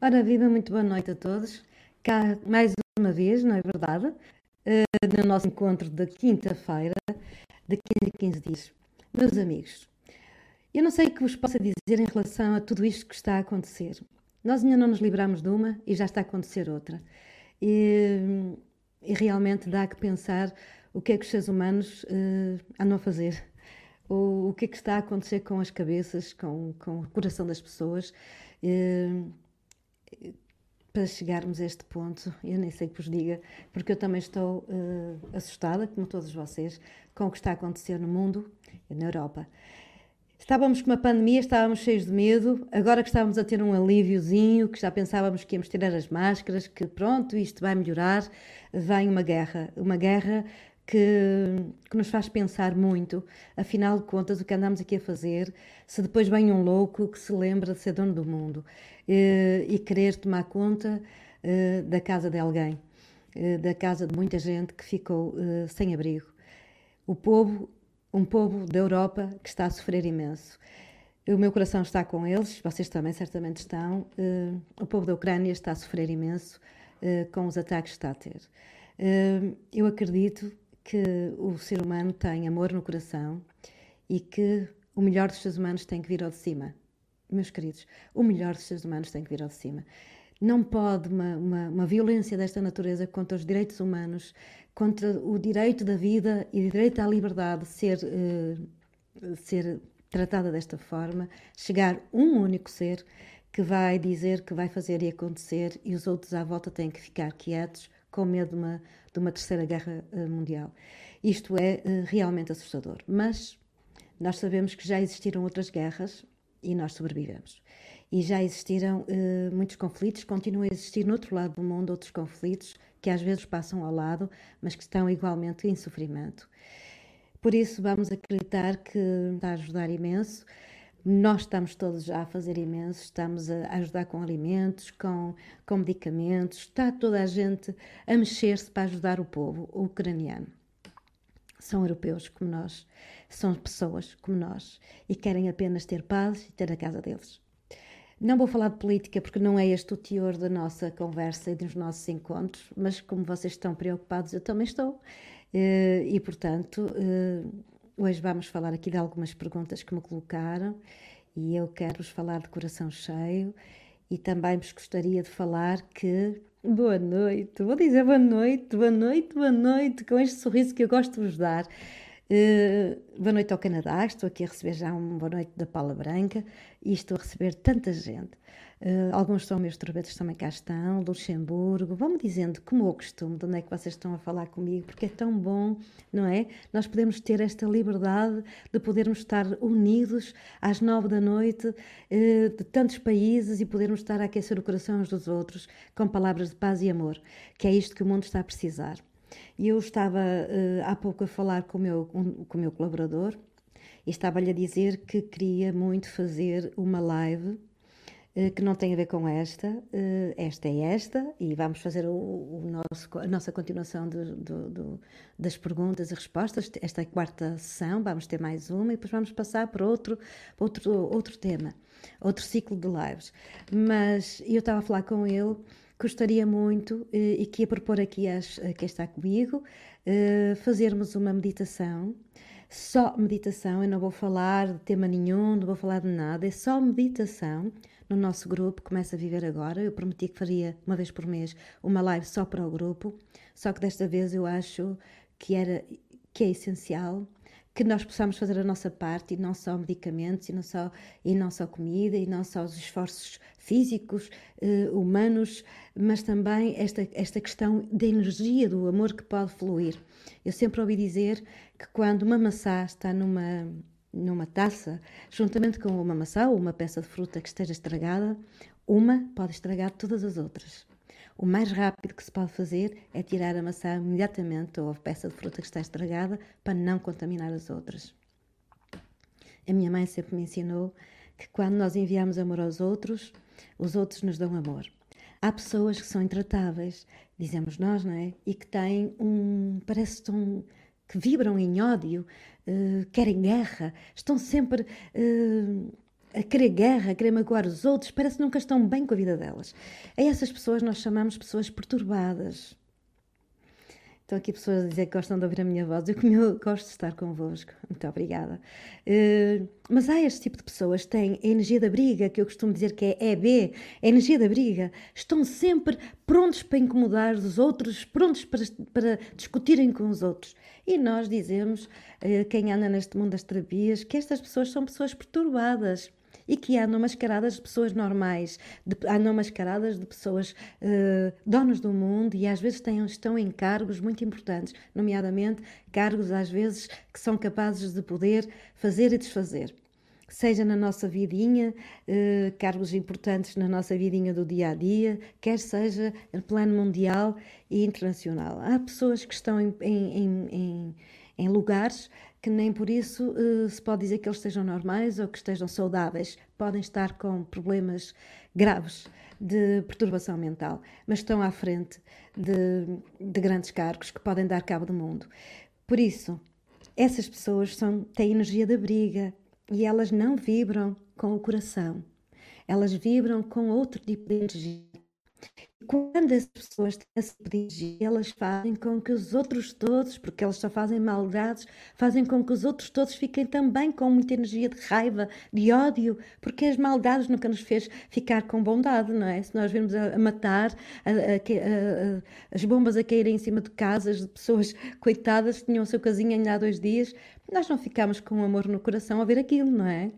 Ora, viva, muito boa noite a todos. Cá mais uma vez, não é verdade? No nosso encontro de quinta-feira, de 15 em 15 dias. Meus amigos, eu não sei o que vos possa dizer em relação a tudo isto que está a acontecer. Nós ainda não nos livramos de uma e já está a acontecer outra. E, e realmente dá que pensar o que é que os seres humanos andam a fazer. O que é que está a acontecer com as cabeças, com o coração das pessoas. Eh, para chegarmos a este ponto, eu nem sei o que vos diga, porque eu também estou assustada, como todos vocês, com o que está a acontecer no mundo e na Europa. Estávamos com uma pandemia, estávamos cheios de medo, agora que estávamos a ter um alíviozinho, que já pensávamos que íamos tirar as máscaras, que pronto, isto vai melhorar, vem uma guerra que nos faz pensar muito, afinal de contas, o que andamos aqui a fazer, se depois vem um louco que se lembra de ser dono do mundo e querer tomar conta da casa de alguém, da casa de muita gente que ficou sem abrigo. O povo, um povo da Europa que está a sofrer imenso. O meu coração está com eles, vocês também certamente estão. O povo da Ucrânia está a sofrer imenso com os ataques que está a ter. Eu acredito que o ser humano tem amor no coração e que o melhor dos seres humanos tem que vir ao de cima. Meus queridos, o melhor dos seres humanos tem que vir ao de cima. Não pode uma violência desta natureza contra os direitos humanos, contra o direito da vida e o direito à liberdade ser tratada desta forma, chegar um único ser que vai dizer que vai fazer e acontecer e os outros à volta têm que ficar quietos com medo de uma terceira guerra mundial. Isto é realmente assustador, mas nós sabemos que já existiram outras guerras e nós sobrevivemos. E já existiram muitos conflitos, continuam a existir no outro lado do mundo outros conflitos que às vezes passam ao lado, mas que estão igualmente em sofrimento. Por isso vamos acreditar que está a ajudar imenso. Nós estamos todos já a fazer imenso, estamos a ajudar com alimentos, com medicamentos, está toda a gente a mexer-se para ajudar o povo ucraniano. São europeus como nós, são pessoas como nós e querem apenas ter paz e ter a casa deles. Não vou falar de política porque não é este o teor da nossa conversa e dos nossos encontros, mas como vocês estão preocupados, eu também estou. E portanto, hoje vamos falar aqui de algumas perguntas que me colocaram e eu quero-vos falar de coração cheio e também vos gostaria de falar que boa noite, vou dizer boa noite, boa noite, boa noite, com este sorriso que eu gosto de vos dar. Boa noite ao Canadá, estou aqui a receber já uma boa noite da Paula Branca e estou a receber tanta gente. Alguns são meus torbetos também cá estão, Luxemburgo. Vão-me dizendo, como eu costumo, de onde é que vocês estão a falar comigo, porque é tão bom, não é? Nós podemos ter esta liberdade de podermos estar unidos às 9 da noite de tantos países e podermos estar a aquecer o coração uns dos outros com palavras de paz e amor, que é isto que o mundo está a precisar. E eu estava há pouco a falar com o meu colaborador e estava-lhe a dizer que queria muito fazer uma live que não tem a ver com esta, esta é esta, e vamos fazer a nossa continuação das perguntas e respostas. Esta é a quarta sessão, vamos ter mais uma e depois vamos passar para outro tema, outro ciclo de lives. Mas eu estava a falar com ele. Gostaria muito e que ia propor aqui a quem está comigo fazermos uma meditação, só meditação. Eu não vou falar de tema nenhum, não vou falar de nada, é só meditação no nosso grupo. Começa a viver agora. Eu prometi que faria uma vez por mês uma live só para o grupo, só que desta vez eu acho que é essencial que nós possamos fazer a nossa parte e não só medicamentos e não só comida e não só os esforços físicos, humanos, mas também esta questão da energia, do amor que pode fluir. Eu sempre ouvi dizer que quando uma maçã está numa taça, juntamente com uma maçã ou uma peça de fruta que esteja estragada, uma pode estragar todas as outras. O mais rápido que se pode fazer é tirar a maçã imediatamente ou a peça de fruta que está estragada para não contaminar as outras. A minha mãe sempre me ensinou que quando nós enviamos amor aos outros, os outros nos dão amor. Há pessoas que são intratáveis, dizemos nós, não é? E que têm parece que vibram em ódio, querem guerra, estão sempre a querer guerra, a querer magoar os outros, parece que nunca estão bem com a vida delas. A essas pessoas nós chamamos pessoas perturbadas. Estão aqui pessoas a dizer que gostam de ouvir a minha voz. Eu, como eu gosto de estar convosco. Muito obrigada. Mas há este tipo de pessoas que têm a energia da briga, que eu costumo dizer que é EB, a energia da briga. Estão sempre prontos para incomodar os outros, prontos para discutirem com os outros. E nós dizemos, quem anda neste mundo das terapias, que estas pessoas são pessoas perturbadas. E que andam mascaradas de pessoas normais, andam mascaradas de pessoas donos do mundo e às vezes estão em cargos muito importantes, nomeadamente cargos às vezes que são capazes de poder fazer e desfazer. Seja na nossa vidinha, cargos importantes na nossa vidinha do dia a dia, quer seja no plano mundial e internacional. Há pessoas que estão em lugares que nem por isso se pode dizer que eles estejam normais ou que estejam saudáveis. Podem estar com problemas graves de perturbação mental, mas estão à frente de grandes cargos que podem dar cabo do mundo. Por isso, essas pessoas têm energia da briga e elas não vibram com o coração. Elas vibram com outro tipo de energia. Quando as pessoas têm essa energia, elas fazem com que os outros todos, porque elas só fazem maldades, fazem com que os outros todos fiquem também com muita energia de raiva, de ódio, porque as maldades nunca nos fez ficar com bondade, não é? Se nós vemos a matar, as bombas a caírem em cima de casas de pessoas coitadas que tinham a sua casinha ainda há 2 dias, nós não ficamos com amor no coração a ver aquilo, não é?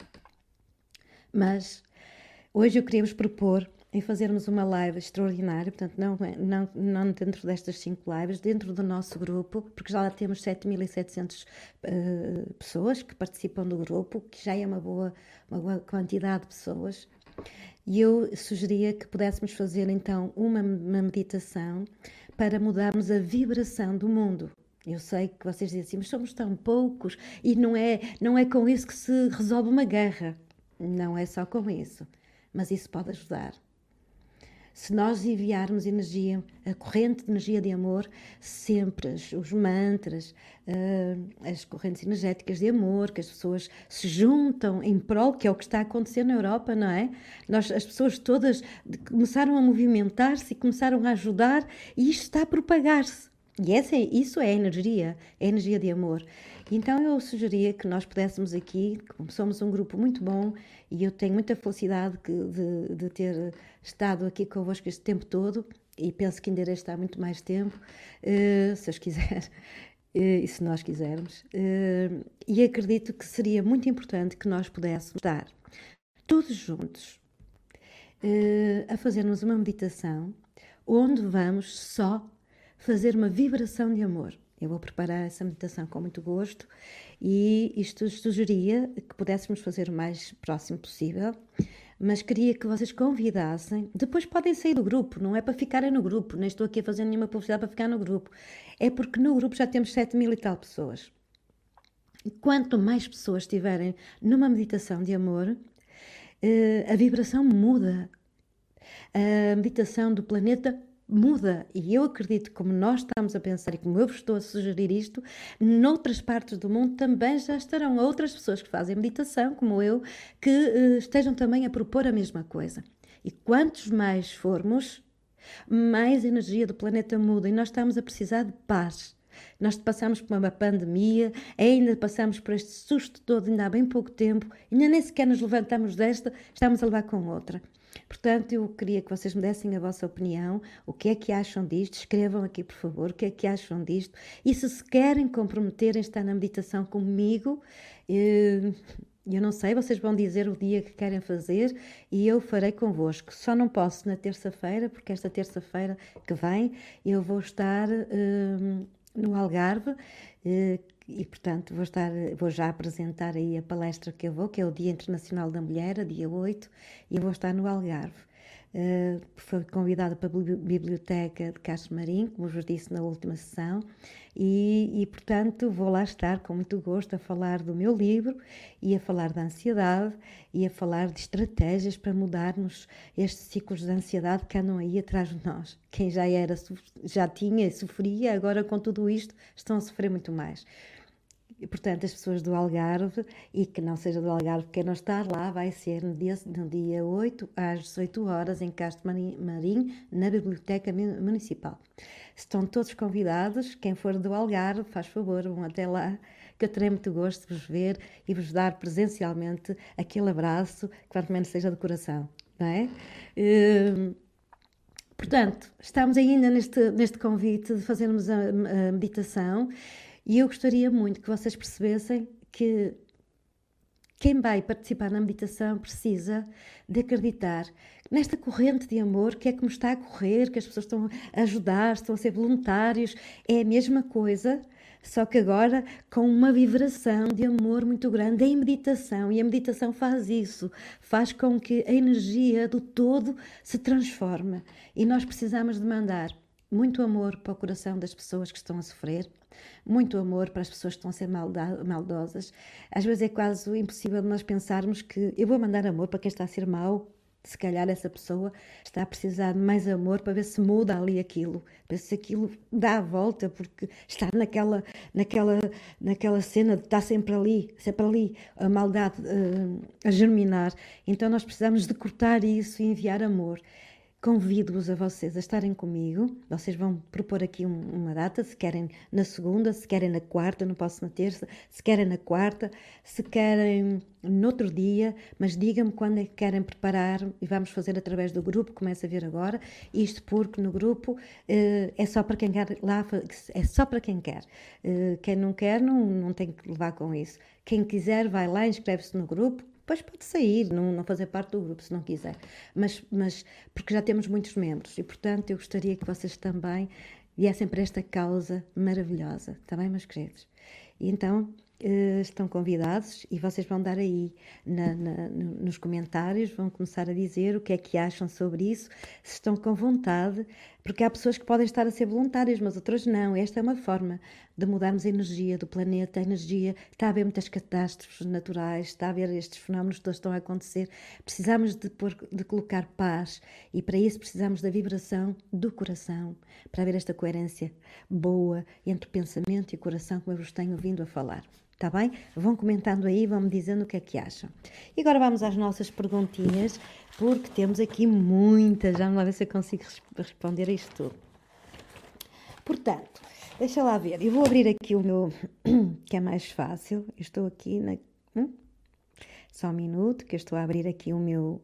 Mas hoje eu queria vos propor em fazermos uma live extraordinária, portanto, não dentro destas 5 lives, dentro do nosso grupo, porque já lá temos 7.700 pessoas que participam do grupo, que já é uma boa quantidade de pessoas. E eu sugeria que pudéssemos fazer então uma meditação para mudarmos a vibração do mundo. Eu sei que vocês dizem assim, mas somos tão poucos e não é com isso que se resolve uma guerra. Não é só com isso, mas isso pode ajudar. Se nós enviarmos energia, a corrente de energia de amor, sempre os mantras, as correntes energéticas de amor, que as pessoas se juntam em prol, que é o que está a acontecer na Europa, não é? As pessoas todas começaram a movimentar-se e começaram a ajudar e isto está a propagar-se. E isso é a energia de amor. Então eu sugeria que nós pudéssemos aqui, como somos um grupo muito bom, e eu tenho muita felicidade de ter estado aqui convosco este tempo todo, e penso que ainda irei estar muito mais tempo, se Deus quiser, e se nós quisermos. E acredito que seria muito importante que nós pudéssemos estar todos juntos a fazermos uma meditação onde vamos só fazer uma vibração de amor. Eu vou preparar essa meditação com muito gosto e isto sugeria que pudéssemos fazer o mais próximo possível, mas queria que vocês convidassem. Depois podem sair do grupo, não é para ficarem no grupo, nem estou aqui a fazer nenhuma publicidade para ficar no grupo. É porque no grupo já temos 7.000 e tal pessoas. E quanto mais pessoas estiverem numa meditação de amor, a vibração muda. A meditação do planeta muda, e eu acredito que como nós estamos a pensar e como eu vos estou a sugerir isto, noutras partes do mundo também já estarão outras pessoas que fazem meditação, como eu, que estejam também a propor a mesma coisa. E quantos mais formos, mais a energia do planeta muda e nós estamos a precisar de paz. Nós passamos por uma pandemia, ainda passamos por este susto todo, ainda há bem pouco tempo, ainda nem sequer nos levantamos desta, estamos a levar com outra. Portanto, eu queria que vocês me dessem a vossa opinião, o que é que acham disto, escrevam aqui por favor, o que é que acham disto, e se querem comprometerem a estar na meditação comigo, eu não sei, vocês vão dizer o dia que querem fazer e eu farei convosco. Só não posso na terça-feira, porque esta terça-feira que vem eu vou estar no Algarve e portanto vou já apresentar aí a palestra que eu vou, que é o Dia Internacional da Mulher, dia 8, e eu vou estar no Algarve. Foi convidada para a Biblioteca de Castro Marim, como vos disse na última sessão, e portanto vou lá estar com muito gosto a falar do meu livro e a falar da ansiedade e a falar de estratégias para mudarmos estes ciclos de ansiedade que andam aí atrás de nós. Quem já tinha e sofria, agora com tudo isto estão a sofrer muito mais. E, portanto, as pessoas do Algarve, e que não seja do Algarve, quem não está lá, vai ser no dia 8, às 18 horas, em Castro Marim, na Biblioteca Municipal. Estão todos convidados, quem for do Algarve, faz favor, vão até lá, que eu terei muito gosto de vos ver e vos dar presencialmente aquele abraço, que quanto menos seja de coração, não é? Portanto, estamos ainda neste convite de fazermos a meditação e eu gostaria muito que vocês percebessem que quem vai participar na meditação precisa de acreditar nesta corrente de amor que é como está a correr, que as pessoas estão a ajudar, estão a ser voluntários, é a mesma coisa, só que agora com uma vibração de amor muito grande em meditação, e a meditação faz isso, faz com que a energia do todo se transforme, e nós precisamos de mandar muito amor para o coração das pessoas que estão a sofrer, muito amor para as pessoas que estão a ser maldosas. Às vezes é quase impossível nós pensarmos que eu vou mandar amor para quem está a ser mau. Se calhar essa pessoa está a precisar de mais amor para ver se muda ali aquilo, para ver se aquilo dá a volta, porque está naquela cena de estar sempre ali, a maldade a germinar. Então nós precisamos de cortar isso e enviar amor. Convido-vos a vocês a estarem comigo. Vocês vão propor aqui uma data, se querem na segunda, se querem na quarta, não posso na terça, se querem na quarta, se querem no outro dia, mas digam-me quando é que querem preparar e vamos fazer através do grupo, começa a ver agora, isto porque no grupo é só para quem quer lá, é só para quem quer. Quem não quer não tem que levar com isso. Quem quiser vai lá, inscreve-se no grupo. Depois pode sair, não fazer parte do grupo, se não quiser. Mas porque já temos muitos membros e, portanto, eu gostaria que vocês também viessem para esta causa maravilhosa. Está bem, meus queridos? E então, estão convidados e vocês vão dar aí nos comentários, vão começar a dizer o que é que acham sobre isso, se estão com vontade, porque há pessoas que podem estar a ser voluntárias, mas outras não. Esta é uma forma de mudarmos a energia do planeta, a energia, está a haver muitas catástrofes naturais, está a haver estes fenómenos que todos estão a acontecer, precisamos de colocar paz e para isso precisamos da vibração do coração, para haver esta coerência boa entre o pensamento e o coração, como eu vos tenho vindo a falar. Está bem? Vão comentando aí, vão-me dizendo o que é que acham. E agora vamos às nossas perguntinhas, porque temos aqui muitas, já vamos ver se eu consigo responder a isto tudo. Portanto, deixa lá ver, eu vou abrir aqui o meu, que é mais fácil, eu estou aqui só um minuto, que eu estou a abrir aqui o meu,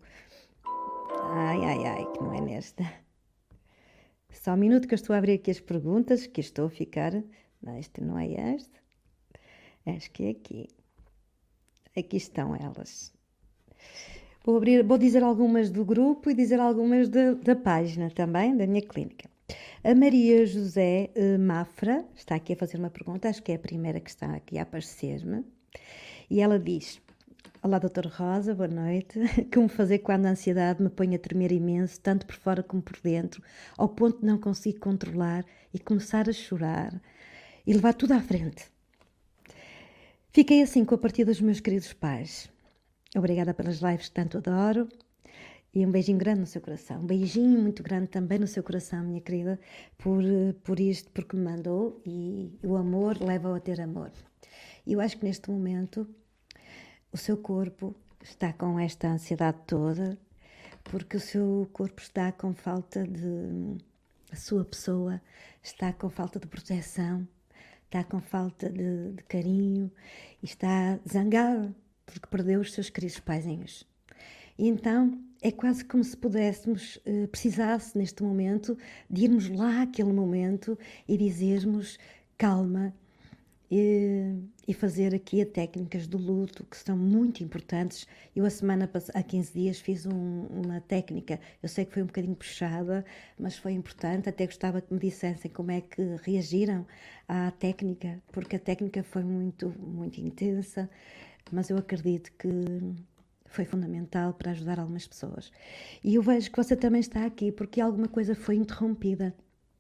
que não é nesta. Só um minuto que eu estou a abrir aqui as perguntas, que estou a ficar, não, este não é este, acho que é aqui. Aqui estão elas. Vou dizer algumas do grupo e dizer algumas da página também, da minha clínica. A Maria José Mafra está aqui a fazer uma pergunta, acho que é a primeira que está aqui a aparecer-me. E ela diz: olá, doutora Rosa, boa noite. Como fazer quando a ansiedade me põe a tremer imenso, tanto por fora como por dentro, ao ponto de não conseguir controlar e começar a chorar e levar tudo à frente? Fiquei assim com a partida dos meus queridos pais. Obrigada pelas lives que tanto adoro. E um beijinho grande no seu coração. Um beijinho muito grande também no seu coração, minha querida, por isto, porque me mandou. E o amor leva-o a ter amor. E eu acho que neste momento o seu corpo está com esta ansiedade toda, porque o seu corpo está com falta de... A sua pessoa está com falta de proteção, está com falta de carinho e está zangada porque perdeu os seus queridos paizinhos. E então é quase como se precisasse neste momento de irmos lá àquele momento e dizermos calma e fazer aqui as técnicas do luto, que são muito importantes. Eu há 15 dias fiz uma técnica, eu sei que foi um bocadinho puxada, mas foi importante, até gostava que me dissessem como é que reagiram à técnica, porque a técnica foi muito, muito intensa, mas eu acredito que foi fundamental para ajudar algumas pessoas. E eu vejo que você também está aqui porque alguma coisa foi interrompida.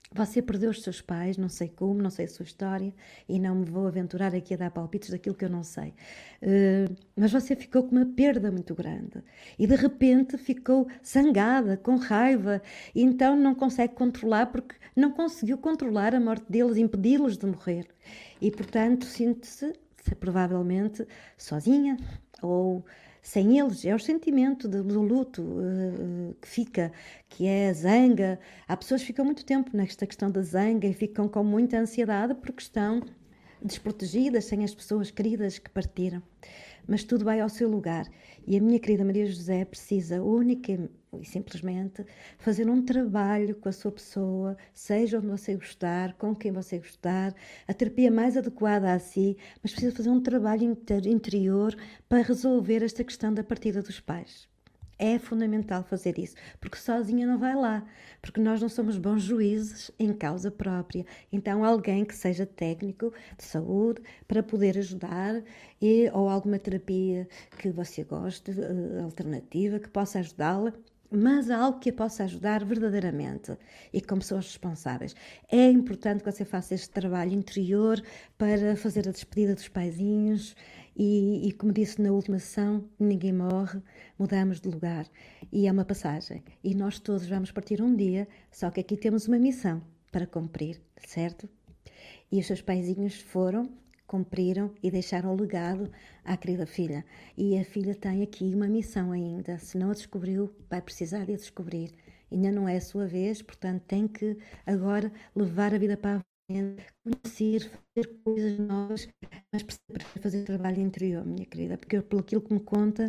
Você perdeu os seus pais, não sei como, não sei a sua história, e não me vou aventurar aqui a dar palpites daquilo que eu não sei. Mas você ficou com uma perda muito grande e de repente ficou zangada, com raiva, e então não consegue controlar porque não conseguiu controlar a morte deles, impedi-los de morrer. E portanto sente-se provavelmente sozinha ou sem eles. É o sentimento do luto que fica, que é a zanga. Há pessoas que ficam muito tempo nesta questão da zanga e ficam com muita ansiedade porque estão desprotegidas, sem as pessoas queridas que partiram. Mas tudo vai ao seu lugar. E a minha querida Maria José precisa única e simplesmente fazer um trabalho com a sua pessoa, seja onde você gostar, com quem você gostar, a terapia mais adequada a si, mas precisa fazer um trabalho interior para resolver esta questão da partida dos pais. É fundamental fazer isso, porque sozinha não vai lá, porque nós não somos bons juízes em causa própria. Então, alguém que seja técnico de saúde para poder ajudar ou alguma terapia que você goste, alternativa, que possa ajudá-la, mas algo que a possa ajudar verdadeiramente e com pessoas responsáveis. É importante que você faça este trabalho interior para fazer a despedida dos paizinhos e como disse na última sessão, ninguém morre, mudamos de lugar e é uma passagem e nós todos vamos partir um dia, só que aqui temos uma missão para cumprir, certo? E os seus paizinhos foram, cumpriram e deixaram o legado à querida filha. E a filha tem aqui uma missão ainda. Se não a descobriu, vai precisar de a descobrir. Ainda não é a sua vez, portanto tem que agora levar a vida para a frente, conhecer, fazer coisas novas, mas precisa fazer trabalho interior, minha querida, porque pelo aquilo que me conta,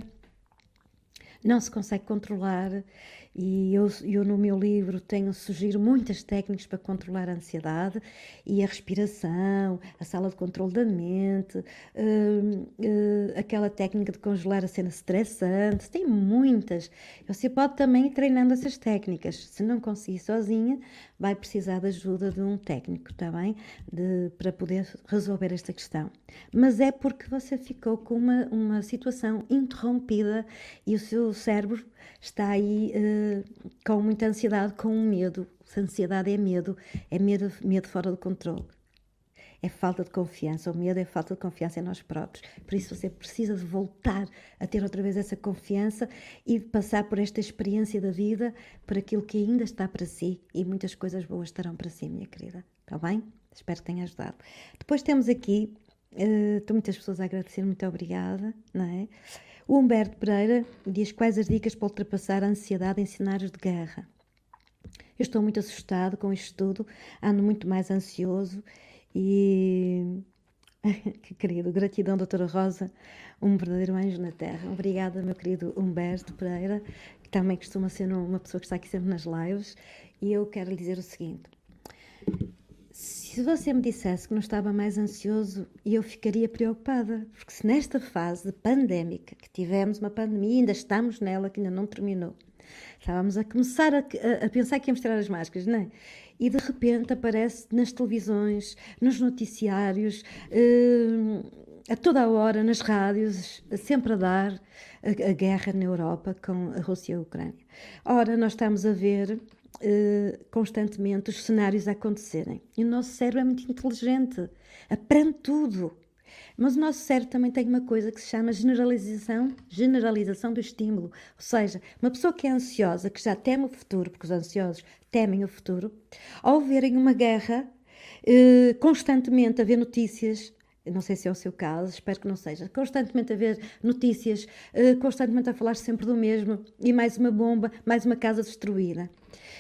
não se consegue controlar e eu no meu livro sugiro muitas técnicas para controlar a ansiedade e a respiração, a sala de controle da mente, aquela técnica de congelar a cena estressante, tem muitas. Você pode também ir treinando essas técnicas. Se não conseguir sozinha, vai precisar da ajuda de um técnico, está bem? Para poder resolver esta questão. Mas é porque você ficou com uma situação interrompida e o seu cérebro está aí com muita ansiedade, com um medo. Se ansiedade é medo fora do controle. É falta de confiança. O medo é falta de confiança em nós próprios. Por isso você precisa de voltar a ter outra vez essa confiança e de passar por esta experiência da vida, por aquilo que ainda está para si e muitas coisas boas estarão para si, minha querida. Está bem? Espero que tenha ajudado. Depois temos aqui, estou muitas pessoas a agradecer, muito obrigada, não é? O Humberto Pereira diz quais as dicas para ultrapassar a ansiedade em cenários de guerra. Eu estou muito assustado com isto tudo, ando muito mais ansioso e... que querido, gratidão, doutora Rosa, um verdadeiro anjo na terra. Obrigada, meu querido Humberto Pereira, que também costuma ser uma pessoa que está aqui sempre nas lives, e eu quero lhe dizer o seguinte: se você me dissesse que não estava mais ansioso, eu ficaria preocupada, porque se nesta fase pandémica, que tivemos uma pandemia, ainda estamos nela, que ainda não terminou, estávamos a começar a pensar que íamos tirar as máscaras, não é? E de repente aparece nas televisões, nos noticiários, a toda a hora, nas rádios, sempre a dar a guerra na Europa com a Rússia e a Ucrânia. Ora, nós estamos a ver constantemente os cenários a acontecerem. E o nosso cérebro é muito inteligente, aprende tudo. Mas o nosso cérebro também tem uma coisa que se chama generalização do estímulo. Ou seja, uma pessoa que é ansiosa, que já teme o futuro, porque os ansiosos temem o futuro, ao verem uma guerra, constantemente a ver notícias, não sei se é o seu caso, espero que não seja, constantemente a ver notícias, constantemente a falar sempre do mesmo, e mais uma bomba, mais uma casa destruída.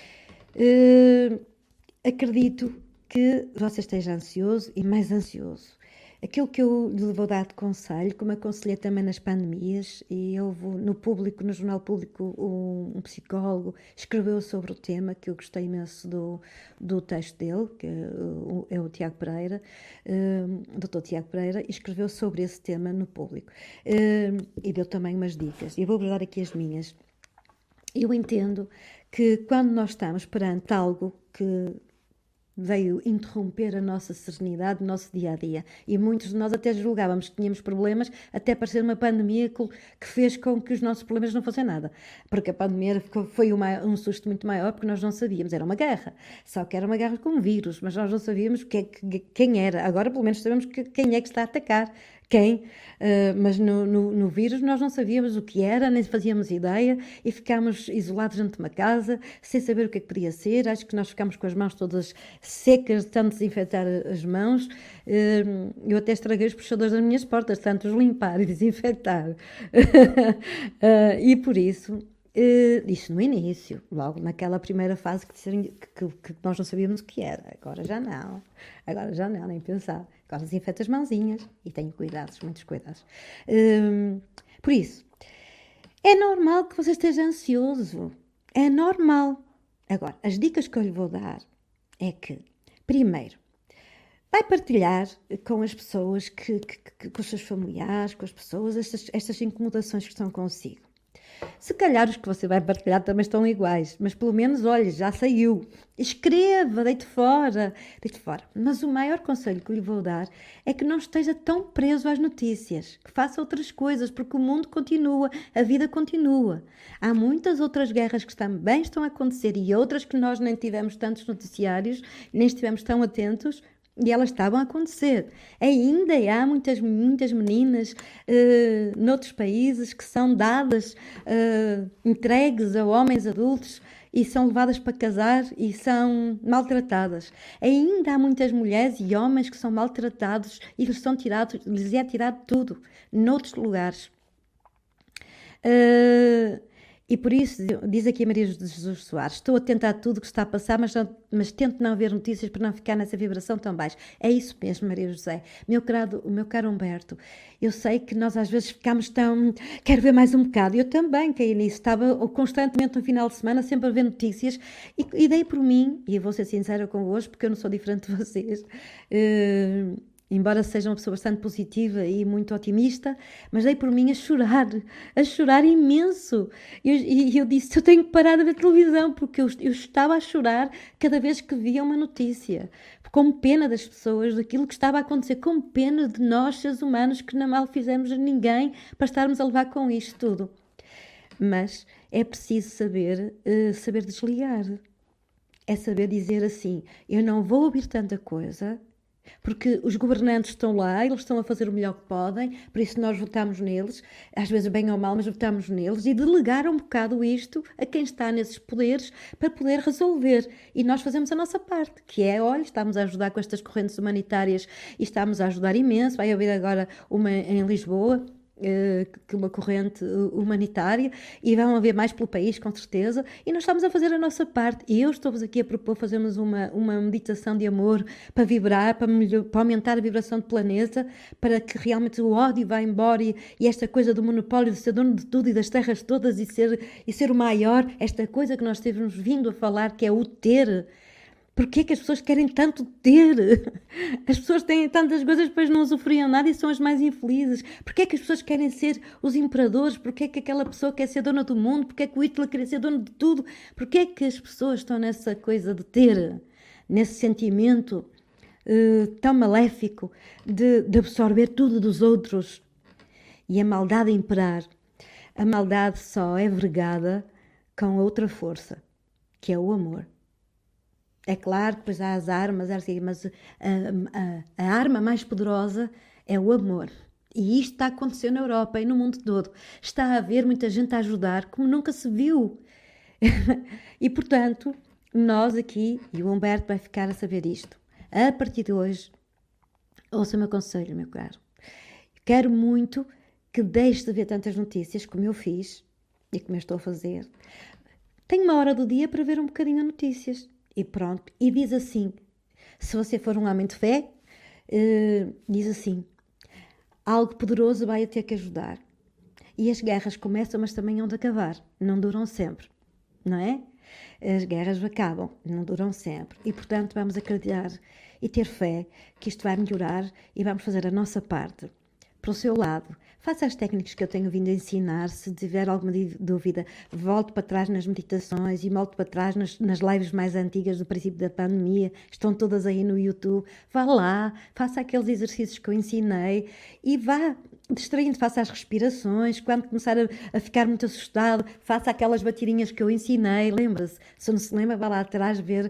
Acredito que você esteja ansioso e mais ansioso. Aquilo que eu lhe vou dar de conselho, como aconselhei também nas pandemias, e houve no Jornal Público, um psicólogo escreveu sobre o tema, que eu gostei imenso do texto dele, que é o Tiago Pereira, Dr. Tiago Pereira, e escreveu sobre esse tema no Público. E deu também umas dicas, e eu vou dar aqui as minhas. Eu entendo que quando nós estamos perante algo que veio interromper a nossa serenidade, o nosso dia-a-dia. E muitos de nós até julgávamos que tínhamos problemas, até parecer uma pandemia que fez com que os nossos problemas não fossem nada. Porque a pandemia foi um susto muito maior, porque nós não sabíamos, era uma guerra. Só que era uma guerra com um vírus, mas nós não sabíamos quem era. Agora, pelo menos, sabemos quem é que está a atacar. Mas no vírus nós não sabíamos o que era, nem fazíamos ideia e ficámos isolados dentro de uma casa, sem saber o que é que podia ser. Acho que nós ficámos com as mãos todas secas de tanto desinfetar as mãos. Eu até estraguei os puxadores das minhas portas, tanto os limpar e desinfetar. E por isso, isto no início, logo naquela primeira fase que nós não sabíamos o que era. Agora já não, nem pensar. Agora desinfeto as mãozinhas e tenho cuidados, muitos cuidados. Por isso, é normal que você esteja ansioso. É normal. Agora, as dicas que eu lhe vou dar é que, primeiro, vai partilhar com as pessoas, com os seus familiares, com as pessoas, estas incomodações que estão consigo. Se calhar os que você vai partilhar também estão iguais, mas pelo menos, olha, já saiu. Escreva, deite fora. Mas o maior conselho que lhe vou dar é que não esteja tão preso às notícias, que faça outras coisas, porque o mundo continua, a vida continua. Há muitas outras guerras que também estão a acontecer e outras que nós nem tivemos tantos noticiários, nem estivemos tão atentos, e elas estavam a acontecer. Ainda há muitas meninas noutros países que são dadas, entregues a homens adultos e são levadas para casar e são maltratadas. Ainda há muitas mulheres e homens que são maltratados e lhes é tirado tudo noutros lugares. E por isso, diz aqui a Maria de Jesus Soares, estou atenta a tudo o que está a passar, mas tento não ver notícias para não ficar nessa vibração tão baixa. É isso mesmo, Maria José. O meu caro Humberto, eu sei que nós às vezes ficamos tão... Quero ver mais um bocado. Eu também caí nisso. Estava constantemente no final de semana sempre a ver notícias e dei por mim, e eu vou ser sincera convosco, porque eu não sou diferente de vocês, embora seja uma pessoa bastante positiva e muito otimista, mas dei por mim a chorar imenso. E eu disse, eu tenho que parar de ver televisão, porque eu estava a chorar cada vez que via uma notícia, com pena das pessoas, daquilo que estava a acontecer, com pena de nós, seres humanos, que não mal fizemos a ninguém para estarmos a levar com isto tudo. Mas é preciso saber desligar. É saber dizer assim, eu não vou ouvir tanta coisa, porque os governantes estão lá, eles estão a fazer o melhor que podem, por isso nós votamos neles, às vezes bem ou mal, mas votamos neles, e delegar um bocado isto a quem está nesses poderes para poder resolver. E nós fazemos a nossa parte, que é, olha, estamos a ajudar com estas correntes humanitárias e estamos a ajudar imenso. Vai haver agora uma em Lisboa, que uma corrente humanitária, e vão haver mais pelo país, com certeza, e nós estamos a fazer a nossa parte. E eu estou-vos aqui a propor fazermos uma meditação de amor para vibrar, para aumentar a vibração do planeta, para que realmente o ódio vá embora e esta coisa do monopólio de ser dono de tudo e das terras todas e ser o maior, esta coisa que nós temos vindo a falar, que é o ter. Porquê que as pessoas querem tanto ter? As pessoas têm tantas coisas, depois não usufruem nada e são as mais infelizes. Porquê que as pessoas querem ser os imperadores? Porquê que aquela pessoa quer ser dona do mundo? Porquê que o Hitler quer ser dono de tudo? Porquê que as pessoas estão nessa coisa de ter? Nesse sentimento tão maléfico de absorver tudo dos outros? E a maldade a imperar. A maldade só é vergada com outra força, que é o amor. É claro que depois há as armas, mas a arma mais poderosa é o amor. E isto está a acontecer na Europa e no mundo todo. Está a haver muita gente a ajudar como nunca se viu. E, portanto, nós aqui, e o Humberto vai ficar a saber isto, a partir de hoje, ouça o meu conselho, meu caro. Quero muito que deixe de ver tantas notícias como eu fiz e como eu estou a fazer. Tenho uma hora do dia para ver um bocadinho de notícias. E pronto, e diz assim, se você for um homem de fé, diz assim, algo poderoso vai a ter que ajudar. E as guerras começam, mas também hão de acabar, não duram sempre, não é? As guerras acabam, não duram sempre. E portanto vamos acreditar e ter fé que isto vai melhorar e vamos fazer a nossa parte. para o seu lado. Faça as técnicas que eu tenho vindo a ensinar. Se tiver alguma dúvida, volte para trás nas meditações e volte para trás nas lives mais antigas do princípio da pandemia. Estão todas aí no YouTube. Vá lá, faça aqueles exercícios que eu ensinei e vá distraindo, faça as respirações. Quando começar a ficar muito assustado, faça aquelas batidinhas que eu ensinei. Lembra-se, se não se lembra, vá lá atrás ver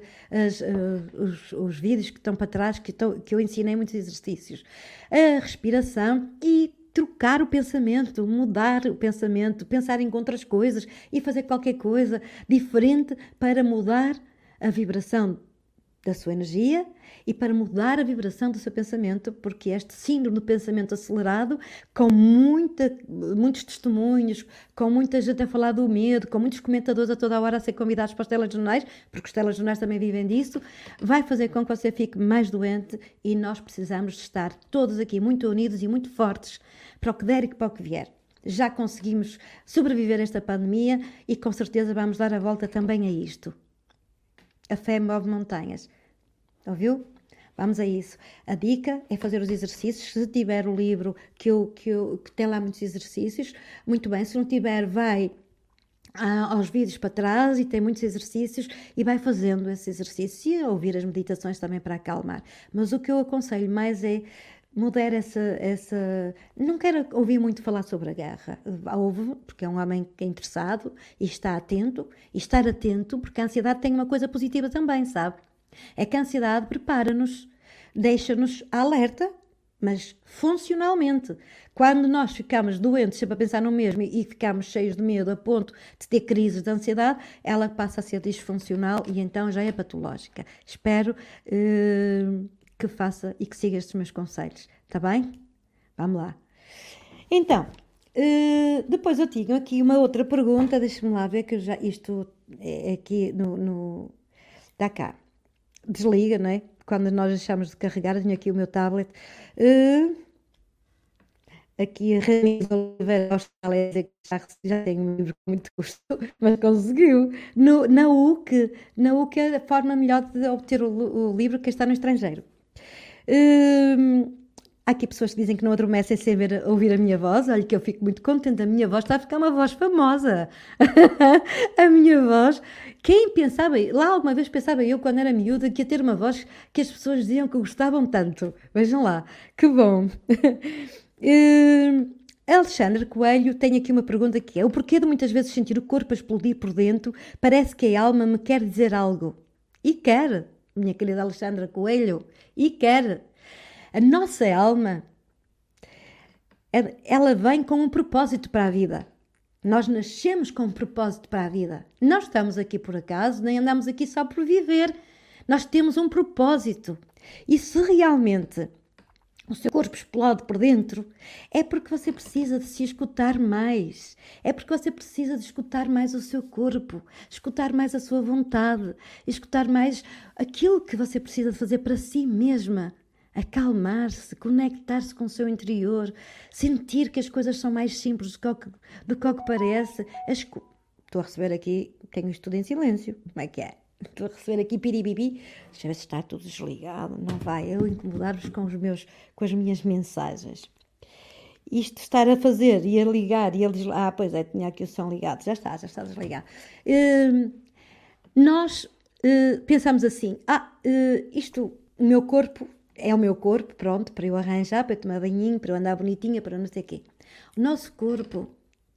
os vídeos que estão para trás, que eu ensinei muitos exercícios. A respiração e trocar o pensamento, mudar o pensamento, pensar em outras coisas e fazer qualquer coisa diferente para mudar a vibração da sua energia e para mudar a vibração do seu pensamento, porque este síndrome do pensamento acelerado, com muitos testemunhos, com muita gente a falar do medo, com muitos comentadores a toda a hora a ser convidados para os telejornais, porque os telejornais também vivem disso, vai fazer com que você fique mais doente e nós precisamos de estar todos aqui muito unidos e muito fortes para o que der e para o que vier. Já conseguimos sobreviver a esta pandemia e com certeza vamos dar a volta também a isto. A fé move montanhas. Ouviu? Vamos a isso. A dica é fazer os exercícios. Se tiver o livro que tem lá muitos exercícios, muito bem. Se não tiver, vai aos vídeos para trás e tem muitos exercícios e vai fazendo esses exercícios e a ouvir as meditações também para acalmar. Mas o que eu aconselho mais é mudar essa... Não quero ouvir muito falar sobre a guerra. Ouve, porque é um homem que é interessado e está atento. E estar atento, porque a ansiedade tem uma coisa positiva também, sabe? É que a ansiedade prepara-nos, deixa-nos alerta, mas funcionalmente. Quando nós ficamos doentes, sempre a pensar no mesmo e ficamos cheios de medo a ponto de ter crises de ansiedade, ela passa a ser disfuncional e então já é patológica. Espero que faça e que siga estes meus conselhos, está bem? Vamos lá. Então, depois eu tinha aqui uma outra pergunta, deixa-me lá ver que isto é aqui no... Está cá. Desliga, não é? Quando nós deixamos de carregar, eu tenho aqui o meu tablet. Aqui a Ramiro Oliveira Austrália dizer que já tem um livro com muito custo, mas conseguiu. Na UC é a forma melhor de obter o livro que está no estrangeiro. Há aqui pessoas que dizem que não adormecem sem ouvir a minha voz. Olha que eu fico muito contente, a minha voz está a ficar uma voz famosa. A minha voz, quem pensava, lá alguma vez pensava eu quando era miúda que ia ter uma voz que as pessoas diziam que gostavam tanto. Vejam lá, que bom. Alexandre Coelho tem aqui uma pergunta que é: o porquê de muitas vezes sentir o corpo a explodir por dentro? Parece que a alma me quer dizer algo. E quer, minha querida Alexandra Coelho, e quer. A nossa alma, ela vem com um propósito para a vida. Nós nascemos com um propósito para a vida. Não estamos aqui por acaso, nem andamos aqui só por viver. Nós temos um propósito. E se realmente o seu corpo explode por dentro, é porque você precisa de se escutar mais. É porque você precisa de escutar mais o seu corpo, escutar mais a sua vontade, escutar mais aquilo que você precisa de fazer para si mesma. Acalmar-se, conectar-se com o seu interior, sentir que as coisas são mais simples do que o que parece. Estou a receber aqui, tenho isto tudo em silêncio, como é que é? Estou a receber aqui piribibi, deixa eu ver se está tudo desligado, não vai eu incomodar-vos com as minhas mensagens. Isto estar a fazer e a ligar e ele diz, pois é, tinha aqui o som ligado, já está desligado. Nós pensamos assim, o meu corpo é o meu corpo, pronto, para eu arranjar, para eu tomar banhinho, para eu andar bonitinha, para eu não sei o quê. O nosso corpo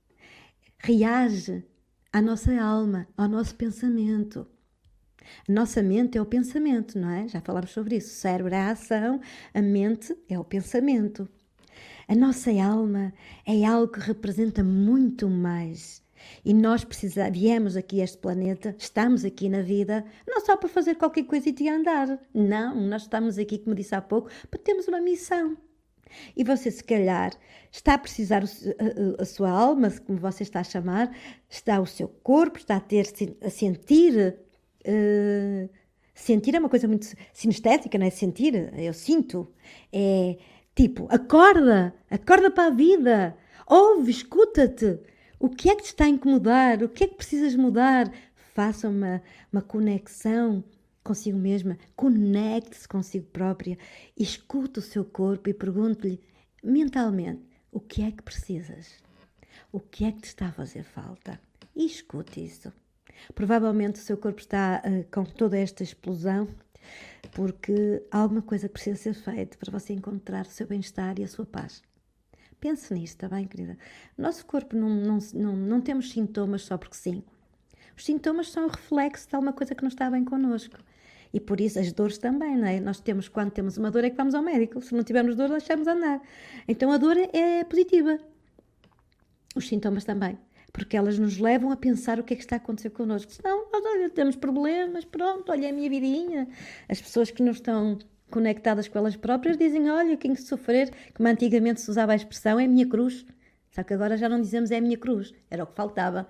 reage à nossa alma, ao nosso pensamento. A nossa mente é o pensamento, não é? Já falámos sobre isso. O cérebro é a ação, a mente é o pensamento. A nossa alma é algo que representa muito mais. E nós viemos aqui a este planeta, estamos aqui na vida, não só para fazer qualquer coisa e andar. Não, nós estamos aqui, como disse há pouco, para termos uma missão. E você, se calhar, está a precisar, a sua alma, como você está a chamar, está o seu corpo, está a sentir. Sentir é uma coisa muito sinestética, não é? Sentir, eu sinto. É tipo, acorda para a vida, ouve, escuta-te. O que é que te está a incomodar? O que é que precisas mudar? Faça uma conexão consigo mesma. Conecte-se consigo própria. Escute o seu corpo e pergunte-lhe mentalmente: O que é que precisas? O que é que te está a fazer falta? E escute isso. Provavelmente o seu corpo está com toda esta explosão porque alguma coisa precisa ser feita para você encontrar o seu bem-estar e a sua paz. Pense nisto, está bem, querida? O nosso corpo não temos sintomas só porque sim. Os sintomas são o reflexo de alguma coisa que não está bem connosco. E por isso as dores também, não é? Quando temos uma dor é que vamos ao médico. Se não tivermos dor, deixamos andar. Então a dor é positiva. Os sintomas também. Porque elas nos levam a pensar o que é que está a acontecer connosco. Senão, nós temos problemas, pronto, olha a minha vidinha. As pessoas que não estão conectadas com elas próprias dizem, olha, quem sofrer, como antigamente se usava a expressão, é a minha cruz. Só que agora já não dizemos é a minha cruz. Era o que faltava.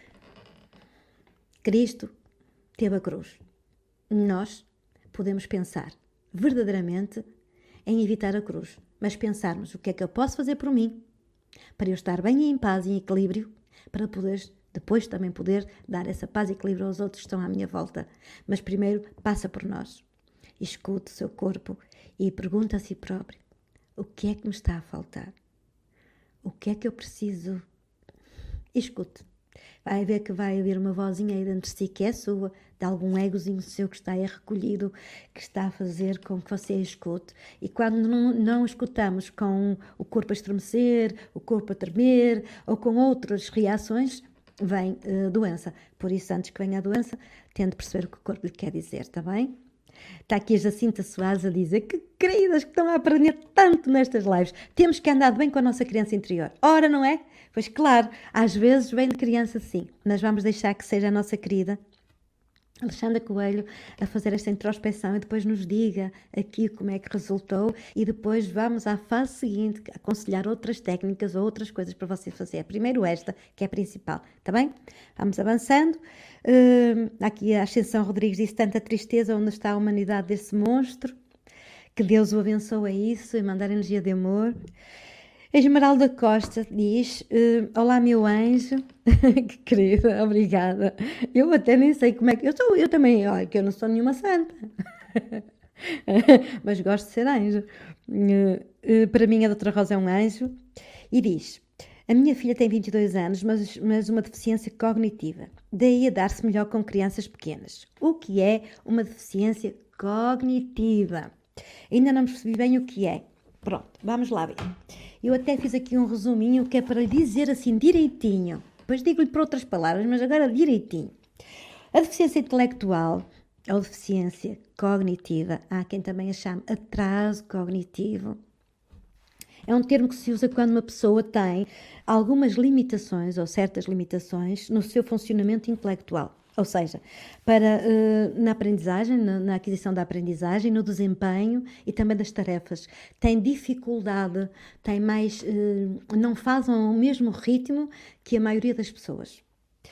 Cristo teve a cruz. Nós podemos pensar verdadeiramente em evitar a cruz, mas pensarmos o que é que eu posso fazer por mim, para eu estar bem e em paz e em equilíbrio, para depois também poder dar essa paz e equilíbrio aos outros que estão à minha volta. Mas primeiro passa por nós. Escute o seu corpo e pergunta a si próprio, o que é que me está a faltar? O que é que eu preciso? Escute. Vai ver que vai haver uma vozinha aí dentro de si que é sua, de algum egozinho seu que está aí recolhido, que está a fazer com que você escute. E quando não escutamos com o corpo a estremecer, o corpo a tremer ou com outras reações, vem doença. Por isso, antes que venha a doença, tente perceber o que o corpo lhe quer dizer, está bem? Está aqui a Jacinta Soares a dizer que queridas que estão a aprender tanto nestas lives. Temos que andar bem com a nossa criança interior. Ora, não é? Pois claro, às vezes vem de criança sim, mas vamos deixar que seja a nossa querida Alexandra Coelho a fazer esta introspeção e depois nos diga aqui como é que resultou e depois vamos à fase seguinte, aconselhar outras técnicas ou outras coisas para você fazer. Primeiro esta, que é a principal, está bem? Vamos avançando. Aqui a Ascensão Rodrigues disse tanta tristeza, onde está a humanidade desse monstro? Que Deus o abençoe a isso e mandar energia de amor. A Esmeralda Costa diz, olá meu anjo, que querida, obrigada. Eu até nem sei como é que, eu também, olha, que eu não sou nenhuma santa, mas gosto de ser anjo. Para mim a doutora Rosa é um anjo e diz, a minha filha tem 22 anos, mas uma deficiência cognitiva, daí a dar-se melhor com crianças pequenas. O que é uma deficiência cognitiva? Ainda não percebi bem o que é. Pronto, vamos lá ver. Eu até fiz aqui um resuminho que é para lhe dizer assim direitinho. Depois digo-lhe por outras palavras, mas agora direitinho. A deficiência intelectual ou deficiência cognitiva, há quem também a chame atraso cognitivo, é um termo que se usa quando uma pessoa tem algumas limitações ou certas limitações no seu funcionamento intelectual. Ou seja, na aprendizagem, na aquisição da aprendizagem, no desempenho e também das tarefas. Tem dificuldade, não fazem o mesmo ritmo que a maioria das pessoas.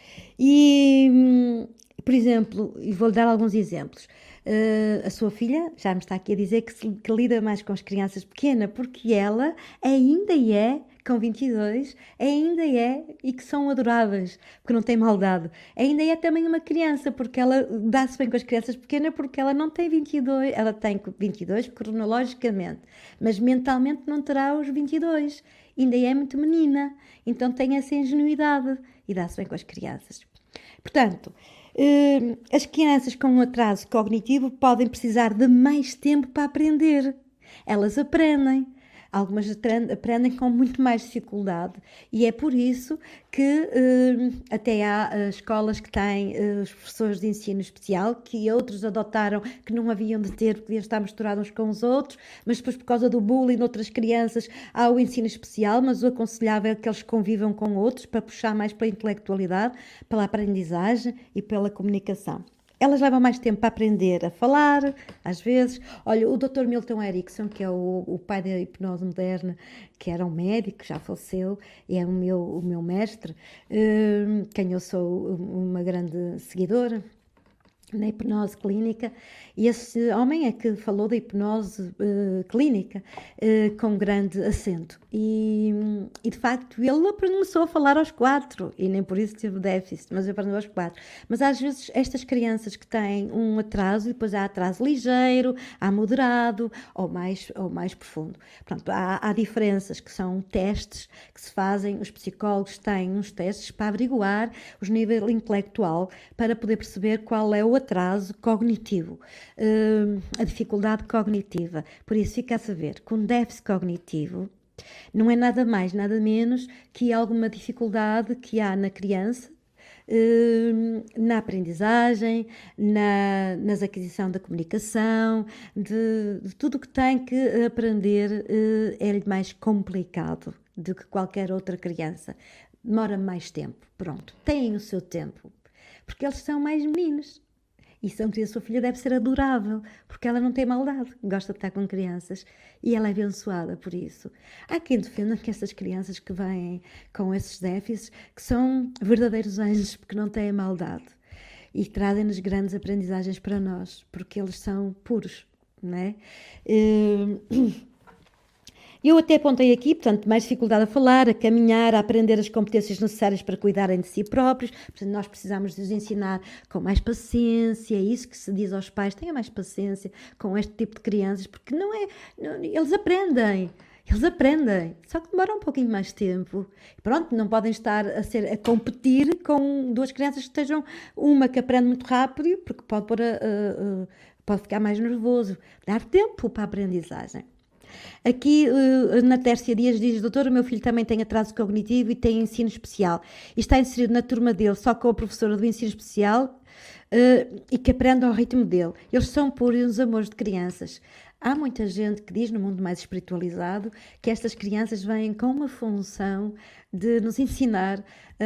E, por exemplo, e vou-lhe dar alguns exemplos. A sua filha já me está aqui a dizer que lida mais com as crianças pequenas, porque ela ainda é, com 22, ainda é, e que são adoráveis, porque não tem maldade, ainda é também uma criança, porque ela dá-se bem com as crianças pequenas, porque ela não tem 22, ela tem 22 cronologicamente, mas mentalmente não terá os 22, ainda é muito menina, então tem essa ingenuidade e dá-se bem com as crianças. Portanto, as crianças com um atraso cognitivo podem precisar de mais tempo para aprender. Elas aprendem. Algumas aprendem com muito mais dificuldade e é por isso que até há escolas que têm os professores de ensino especial, que outros adotaram que não haviam de ter, porque deviam estar misturados uns com os outros, mas depois por causa do bullying de outras crianças há o ensino especial, mas o aconselhável é que eles convivam com outros para puxar mais pela intelectualidade, pela aprendizagem e pela comunicação. Elas levam mais tempo para aprender a falar, às vezes. Olha, o Dr. Milton Erickson, que é o pai da hipnose moderna, que era um médico, já faleceu, e é o meu mestre, quem eu sou uma grande seguidora. na hipnose clínica, e esse homem é que falou da hipnose clínica com grande acento. E de facto ele começou a falar aos 4, e nem por isso teve déficit, mas aprendeu aos 4. Mas às vezes estas crianças que têm um atraso, e depois há atraso ligeiro, há moderado ou mais profundo. Pronto, há diferenças que são testes que se fazem, os psicólogos têm uns testes para averiguar o nível intelectual, para poder perceber qual é o atraso cognitivo, a dificuldade cognitiva. Por isso fica a saber que um déficit cognitivo não é nada mais, nada menos que alguma dificuldade que há na criança, na aprendizagem, nas aquisição da comunicação, de tudo o que tem que aprender, é mais complicado do que qualquer outra criança. Demora mais tempo, pronto, têm o seu tempo, porque eles são mais meninos. E a sua filha deve ser adorável, porque ela não tem maldade, gosta de estar com crianças e ela é abençoada por isso. Há quem defenda que essas crianças que vêm com esses déficits, que são verdadeiros anjos, porque não têm maldade e trazem-nos grandes aprendizagens para nós, porque eles são puros, não é? Eu até apontei aqui, portanto, mais dificuldade a falar, a caminhar, a aprender as competências necessárias para cuidarem de si próprios. Portanto, nós precisamos de os ensinar com mais paciência. É isso que se diz aos pais: tenham mais paciência com este tipo de crianças, porque eles aprendem. Eles aprendem, só que demora um pouquinho mais tempo. Pronto, não podem estar a competir com duas crianças que estejam, uma que aprende muito rápido, porque pode ficar mais nervoso. Dar tempo para a aprendizagem. Aqui na Tércia Dias diz: doutora, o meu filho também tem atraso cognitivo e tem ensino especial. E está inserido na turma dele só com a professora do ensino especial e que aprende ao ritmo dele. Eles são puros amores de crianças. Há muita gente que diz, no mundo mais espiritualizado, que estas crianças vêm com uma função de nos ensinar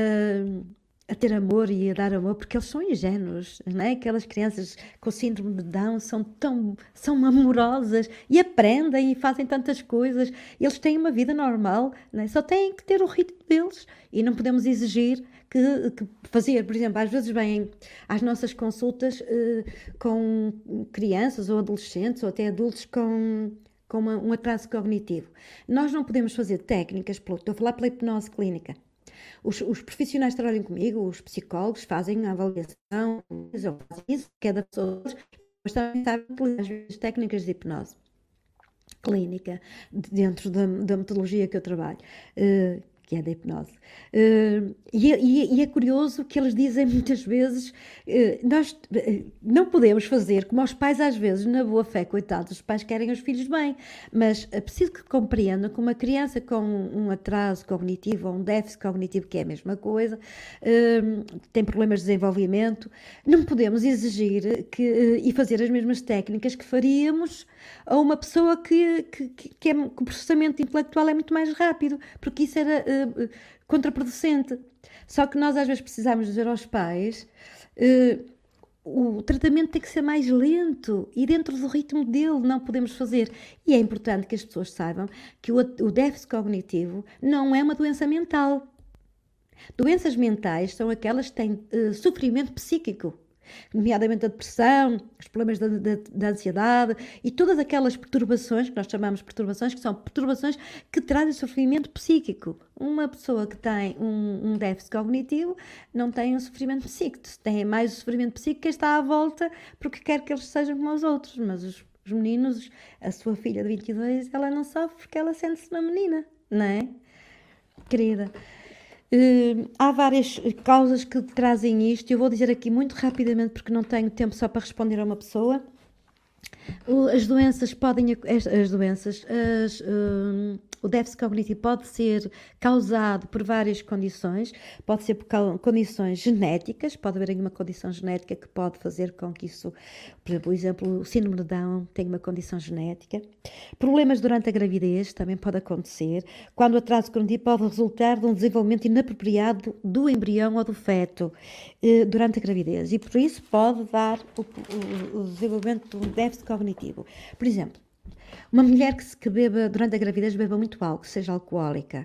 a ter amor e a dar amor, porque eles são ingênuos, não é? Aquelas crianças com síndrome de Down são amorosas e aprendem e fazem tantas coisas. Eles têm uma vida normal, não é? Só têm que ter o ritmo deles e não podemos exigir que fazer, por exemplo, às vezes vêm às nossas consultas com crianças ou adolescentes ou até adultos com um atraso cognitivo. Nós não podemos fazer técnicas, estou a falar pela hipnose clínica. Os profissionais que trabalham comigo, os psicólogos, fazem a avaliação, fazem isso, cada pessoa, mas também sabem utilizar as técnicas de hipnose clínica dentro da metodologia que eu trabalho, que é da hipnose. E é curioso que eles dizem muitas vezes, nós não podemos fazer como os pais às vezes, na boa fé, coitados, os pais querem os filhos bem, mas é preciso que compreendam que uma criança com um atraso cognitivo ou um déficit cognitivo, que é a mesma coisa, tem problemas de desenvolvimento, não podemos exigir e fazer as mesmas técnicas que faríamos a uma pessoa que o processamento intelectual é muito mais rápido, porque isso era contraproducente. Só que nós às vezes precisamos dizer aos pais o tratamento tem que ser mais lento e dentro do ritmo dele não podemos fazer. E é importante que as pessoas saibam que o déficit cognitivo não é uma doença mental. Doenças mentais são aquelas que têm sofrimento psíquico, nomeadamente a depressão, os problemas da ansiedade e todas aquelas perturbações, que nós chamamos de perturbações, que são perturbações que trazem sofrimento psíquico. Uma pessoa que tem um déficit cognitivo não tem um sofrimento psíquico, tem mais o sofrimento psíquico que está à volta porque quer que eles sejam como os outros, mas os meninos, a sua filha de 22, ela não sofre porque ela sente-se uma menina, não é? Querida. Há várias causas que trazem isto. Eu vou dizer aqui muito rapidamente porque não tenho tempo só para responder a uma pessoa. As doenças podem... o déficit cognitivo pode ser causado por várias condições, pode ser por condições genéticas, pode haver uma condição genética que pode fazer com que isso, por exemplo, o síndrome de Down tem uma condição genética. Problemas durante a gravidez também pode acontecer, quando o atraso cognitivo pode resultar de um desenvolvimento inapropriado do embrião ou do feto durante a gravidez e por isso pode dar o desenvolvimento de um déficit cognitivo. Por exemplo, uma mulher que beba durante a gravidez, beba muito álcool, seja alcoólica,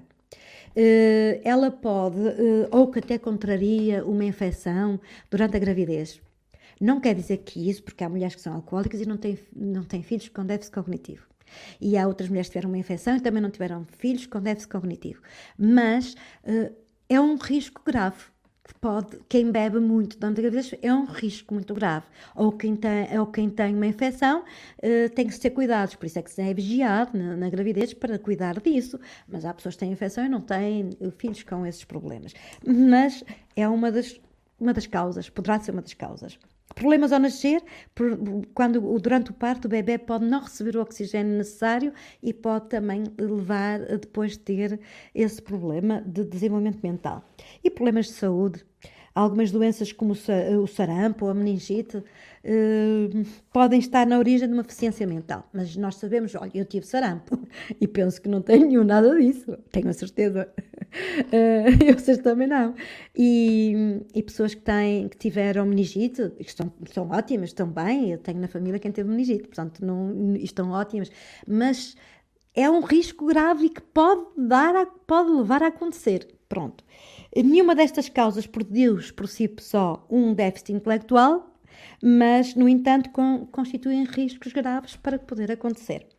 ela pode, ou que até contraria uma infecção durante a gravidez, Não quer dizer que isso, porque há mulheres que são alcoólicas e não têm filhos com déficit cognitivo. E há outras mulheres que tiveram uma infecção e também não tiveram filhos com déficit cognitivo. Mas é um risco grave. Quem bebe muito durante a gravidez é um risco muito grave. Ou quem tem uma infecção tem que ter cuidados, por isso é que se é vigiado na gravidez para cuidar disso. Mas há pessoas que têm infecção e não têm filhos com esses problemas. Mas é uma das causas, poderá ser uma das causas. Problemas ao nascer, durante o parto o bebê pode não receber o oxigênio necessário e pode também levar a depois ter esse problema de desenvolvimento mental. E problemas de saúde, algumas doenças como o sarampo ou a meningite podem estar na origem de uma deficiência mental. Mas nós sabemos, olha, eu tive sarampo e penso que não tenho nada disso, tenho a certeza. Vocês também não. E pessoas que tiveram meningite, estão ótimas, estão bem. Eu tenho na família quem teve meningite, portanto, estão ótimas. Mas é um risco grave e que pode levar a acontecer. Pronto. Nenhuma destas causas produz por si só um déficit intelectual, mas, no entanto, constituem riscos graves para poder acontecer.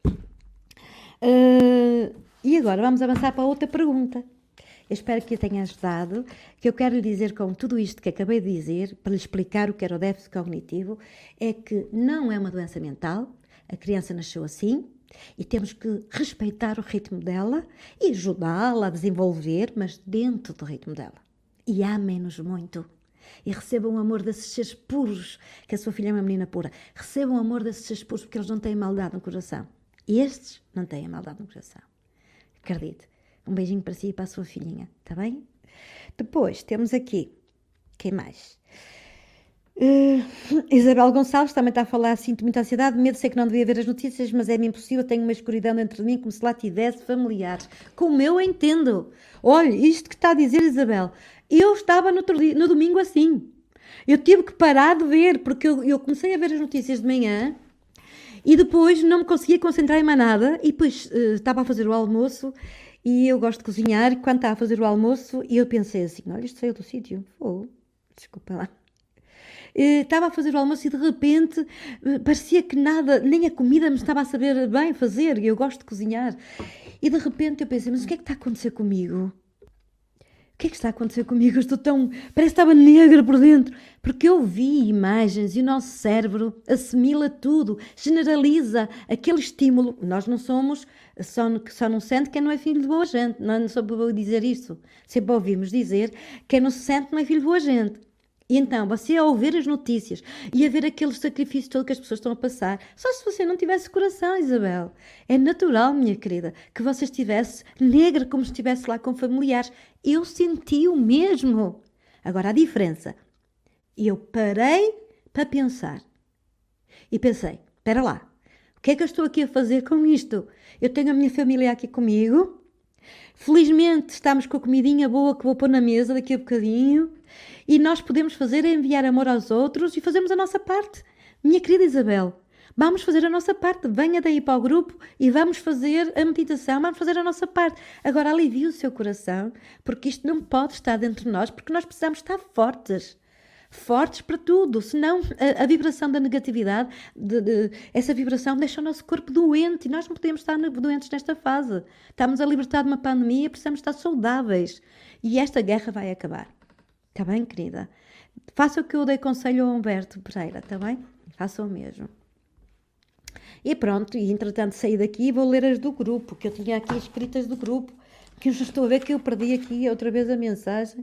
E agora vamos avançar para outra pergunta. Eu espero que eu tenha ajudado, que eu quero lhe dizer com tudo isto que acabei de dizer, para lhe explicar o que era o déficit cognitivo, é que não é uma doença mental, a criança nasceu assim, e temos que respeitar o ritmo dela e ajudá-la a desenvolver, mas dentro do ritmo dela. E amem-nos muito. E recebam o amor desses seres puros, que a sua filha é uma menina pura. Recebam o amor desses seres puros, porque eles não têm maldade no coração. E estes não têm maldade no coração. Acredite. Um beijinho para si e para a sua filhinha, está bem? Depois temos aqui, quem mais? Isabel Gonçalves também está a falar, sinto muita ansiedade, medo, sei que não devia ver as notícias, mas é-me impossível, tenho uma escuridão dentro de mim como se lá tivesse familiares. Como eu entendo. Olha, isto que está a dizer Isabel, eu estava no domingo assim. Eu tive que parar de ver, porque eu comecei a ver as notícias de manhã e depois não me conseguia concentrar em mais nada e depois estava a fazer o almoço e eu gosto de cozinhar, quando estava a fazer o almoço e eu pensei assim, olha, isto saiu do sítio. Desculpa lá. Estava a fazer o almoço e de repente parecia que nada, nem a comida me estava a saber bem fazer, e eu gosto de cozinhar. E de repente eu pensei, mas o que é que está a acontecer comigo? O que é que está a acontecer comigo? Eu estou tão... Parece que estava negra por dentro. Porque eu vi imagens e o nosso cérebro assimila tudo, generaliza aquele estímulo. Nós não somos, só não sente quem não é filho de boa gente. Não sou boa dizer isso. Sempre ouvimos dizer quem não se sente não é filho de boa gente. E então, você a ouvir as notícias e a ver aquele sacrifício todo que as pessoas estão a passar, só se você não tivesse coração, Isabel. É natural, minha querida, que você estivesse negra como se estivesse lá com familiares. Eu senti o mesmo. Agora, a diferença. Eu parei para pensar. E pensei, espera lá, o que é que eu estou aqui a fazer com isto? Eu tenho a minha família aqui comigo. Felizmente estamos com a comidinha boa que vou pôr na mesa daqui a bocadinho. E nós podemos fazer é enviar amor aos outros e fazermos a nossa parte. Minha querida Isabel, vamos fazer a nossa parte. Venha daí para o grupo e vamos fazer a meditação, vamos fazer a nossa parte. Agora alivie o seu coração, porque isto não pode estar dentro de nós, porque nós precisamos estar fortes. Fortes para tudo, senão a vibração da negatividade, essa vibração deixa o nosso corpo doente e nós não podemos estar doentes nesta fase. Estamos a libertar de uma pandemia, precisamos estar saudáveis. E esta guerra vai acabar. Está bem, querida? Faça o que eu dei conselho ao Humberto Pereira, está bem? Faça o mesmo. E pronto, e entretanto saí daqui e vou ler as do grupo, que eu tinha aqui escritas do grupo, que eu já estou a ver que eu perdi aqui outra vez a mensagem.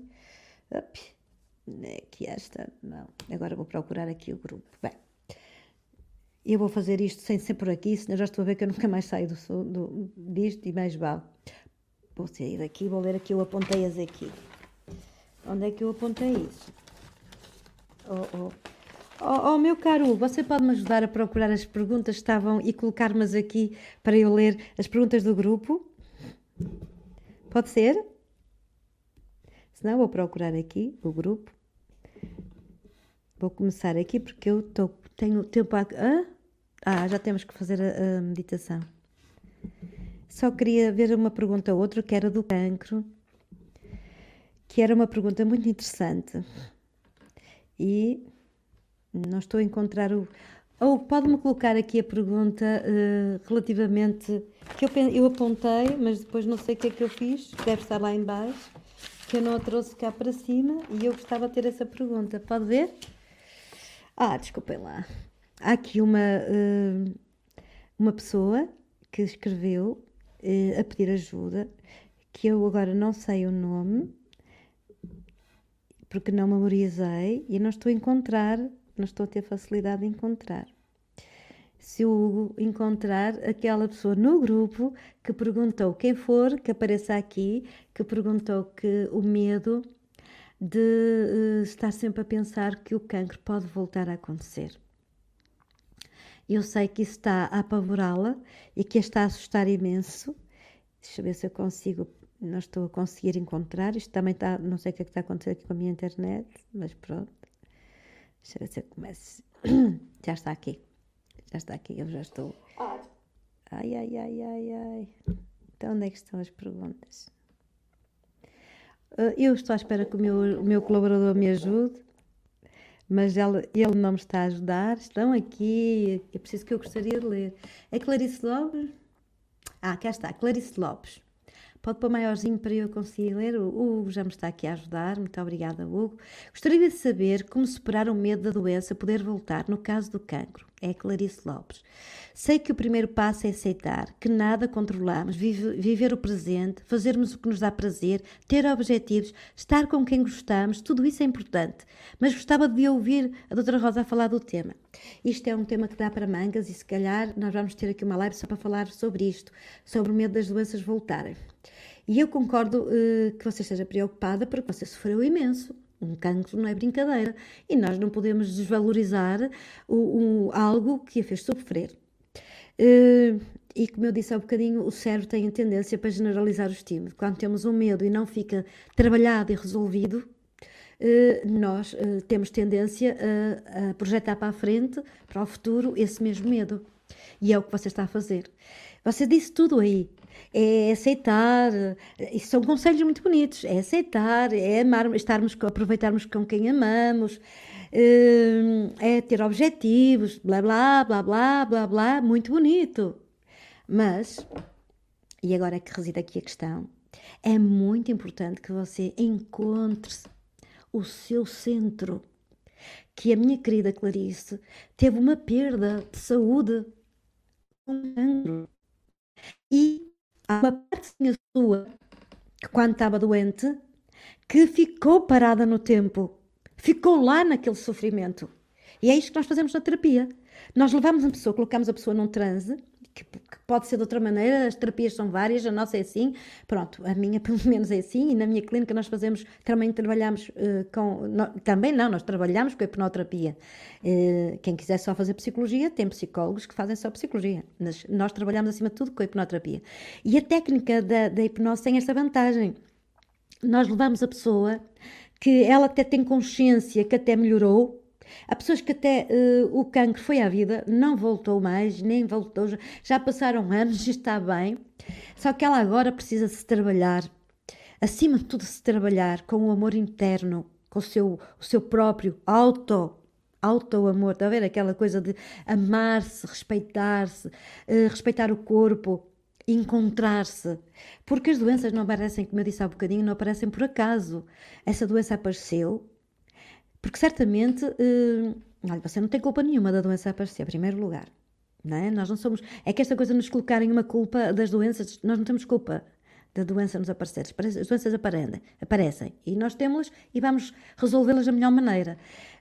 Aqui esta, não. Agora vou procurar aqui o grupo. Bem, eu vou fazer isto sem ser por aqui, senão já estou a ver que eu nunca mais saio disto e mais vale. Vou sair daqui, vou ler aqui, eu apontei-as aqui. Onde é que eu apontei isso? Meu caro, você pode me ajudar a procurar as perguntas que estavam e colocar-mas aqui para eu ler as perguntas do grupo? Pode ser? Senão vou procurar aqui o grupo. Vou começar aqui porque eu tenho tempo a... já temos que fazer a meditação. Só queria ver uma pergunta ou outra, que era do cancro. Que era uma pergunta muito interessante. E Não estou a encontrar o. Ou pode-me colocar aqui a pergunta relativamente. Que eu apontei, mas depois não sei o que é que eu fiz. Deve estar lá em baixo. Que eu não a trouxe cá para cima e eu gostava de ter essa pergunta. Pode ver? Desculpem lá. Há aqui uma pessoa que escreveu a pedir ajuda, que eu agora não sei o nome, porque não memorizei e não estou a encontrar, não estou a ter facilidade de encontrar. Se o Hugo encontrar aquela pessoa no grupo que perguntou, quem for que apareça aqui, que perguntou que o medo de estar sempre a pensar que o cancro pode voltar a acontecer. Eu sei que isso está a apavorá-la e que a está a assustar imenso. Deixa eu ver se eu consigo. Não estou a conseguir encontrar. Isto também está. Não sei o que é que está a acontecer aqui com a minha internet, mas pronto. Deixa eu ver se eu começo. Já está aqui. Já está aqui. Eu já estou. Ai, ai, ai, ai, ai. Então, onde é que estão as perguntas? Eu estou à espera que o meu colaborador me ajude, mas ele não me está a ajudar. Estão aqui. É preciso que eu gostaria de ler. É Clarice Lopes? Cá está. Clarice Lopes. Pode pôr maiorzinho para eu conseguir ler? O Hugo já me está aqui a ajudar. Muito obrigada, Hugo. Gostaria de saber como superar o medo da doença poder voltar no caso do cancro. É Clarice Lopes. Sei que o primeiro passo é aceitar que nada controlamos, viver o presente, fazermos o que nos dá prazer, ter objetivos, estar com quem gostamos, tudo isso é importante. Mas gostava de ouvir a doutora Rosa a falar do tema. Isto é um tema que dá para mangas e se calhar nós vamos ter aqui uma live só para falar sobre isto, sobre o medo das doenças voltarem. E eu concordo que você esteja preocupada porque você sofreu imenso. Um cancro não é brincadeira e nós não podemos desvalorizar algo que a fez sofrer. E como eu disse há um bocadinho, o cérebro tem a tendência para generalizar o estímulo. Quando temos um medo e não fica trabalhado e resolvido, nós temos tendência a projetar para a frente, para o futuro, esse mesmo medo. E é o que você está a fazer. Você disse tudo aí. É aceitar, isso são conselhos muito bonitos, é aceitar, é amar, aproveitarmos com quem amamos, é ter objetivos, blá blá, blá blá, blá blá, muito bonito. Mas, e agora é que reside aqui a questão, é muito importante que você encontre o seu centro, que a minha querida Clarice teve uma perda de saúde, um cancro, e há uma partezinha sua que quando estava doente, que ficou parada no tempo, ficou lá naquele sofrimento. E é isto que nós fazemos na terapia. Nós levamos a pessoa, colocamos a pessoa num transe, que pode ser de outra maneira, as terapias são várias, a nossa é assim, pronto, a minha pelo menos é assim, e na minha clínica nós fazemos, também trabalhamos nós trabalhamos com a hipnoterapia. Quem quiser só fazer psicologia, tem psicólogos que fazem só psicologia, mas nós trabalhamos acima de tudo com a hipnoterapia. E a técnica da hipnose tem esta vantagem. Nós levamos a pessoa que ela até tem consciência que até melhorou. Há pessoas que até o cancro foi à vida, não voltou mais, nem voltou, já passaram anos e está bem. Só que ela agora precisa se trabalhar, acima de tudo se trabalhar com o amor interno, com o seu próprio auto-amor, está a ver? Aquela coisa de amar-se, respeitar-se, respeitar o corpo, encontrar-se, porque as doenças não aparecem, como eu disse há bocadinho, não aparecem por acaso. Essa doença apareceu porque certamente, olha, você não tem culpa nenhuma da doença aparecer, em primeiro lugar, não é? Nós não somos, é que esta coisa de nos colocarem uma culpa das doenças, nós não temos culpa da doença nos aparecer, as doenças aparecem e nós temos-las e vamos resolvê-las da melhor maneira.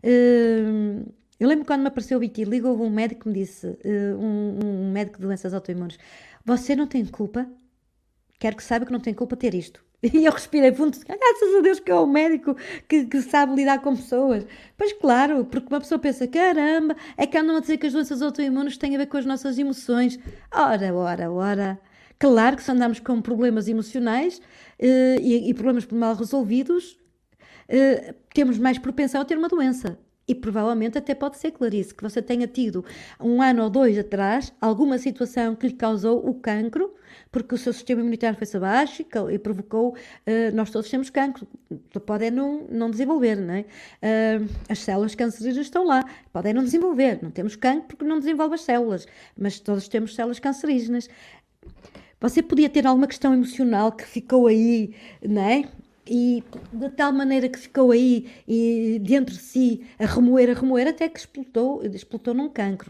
Eu lembro quando me apareceu o vitiligo, houve um médico que me disse, um médico de doenças autoimunes, você não tem culpa, quero que saiba que não tem culpa ter isto. E eu respirei fundo, graças a Deus que é um médico que sabe lidar com pessoas. Pois claro, porque uma pessoa pensa, caramba, é que andam a dizer que as doenças autoimunes têm a ver com as nossas emoções. Ora. Claro que se andamos com problemas emocionais e problemas mal resolvidos, temos mais propensão a ter uma doença. E provavelmente até pode ser, Clarice, que você tenha tido um ano ou dois atrás alguma situação que lhe causou o cancro, porque o seu sistema imunitário foi-se abaixo e provocou. Nós todos temos cancro, podem não desenvolver, não é? As células cancerígenas estão lá, podem não desenvolver. Não temos cancro porque não desenvolve as células, mas todos temos células cancerígenas. Você podia ter alguma questão emocional que ficou aí, não é? E de tal maneira que ficou aí e dentro de si a remoer, até que explotou num cancro.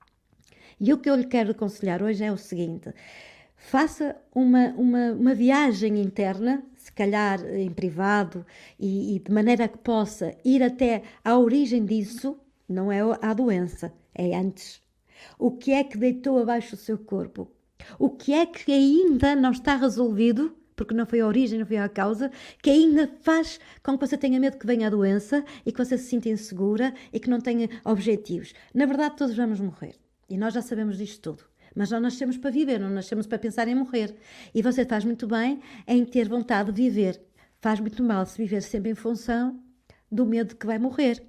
E o que eu lhe quero aconselhar hoje é o seguinte: faça uma viagem interna, se calhar em privado, e de maneira que possa ir até à origem disso, não é a doença, é antes. O que é que deitou abaixo o seu corpo? O que é que ainda não está resolvido, porque não foi a origem, não foi a causa, que ainda faz com que você tenha medo que venha a doença e que você se sinta insegura e que não tenha objetivos? Na verdade, todos vamos morrer. E nós já sabemos disto tudo. Mas não nascemos para viver, não nascemos para pensar em morrer. E você faz muito bem em ter vontade de viver. Faz muito mal se viver sempre em função do medo de que vai morrer.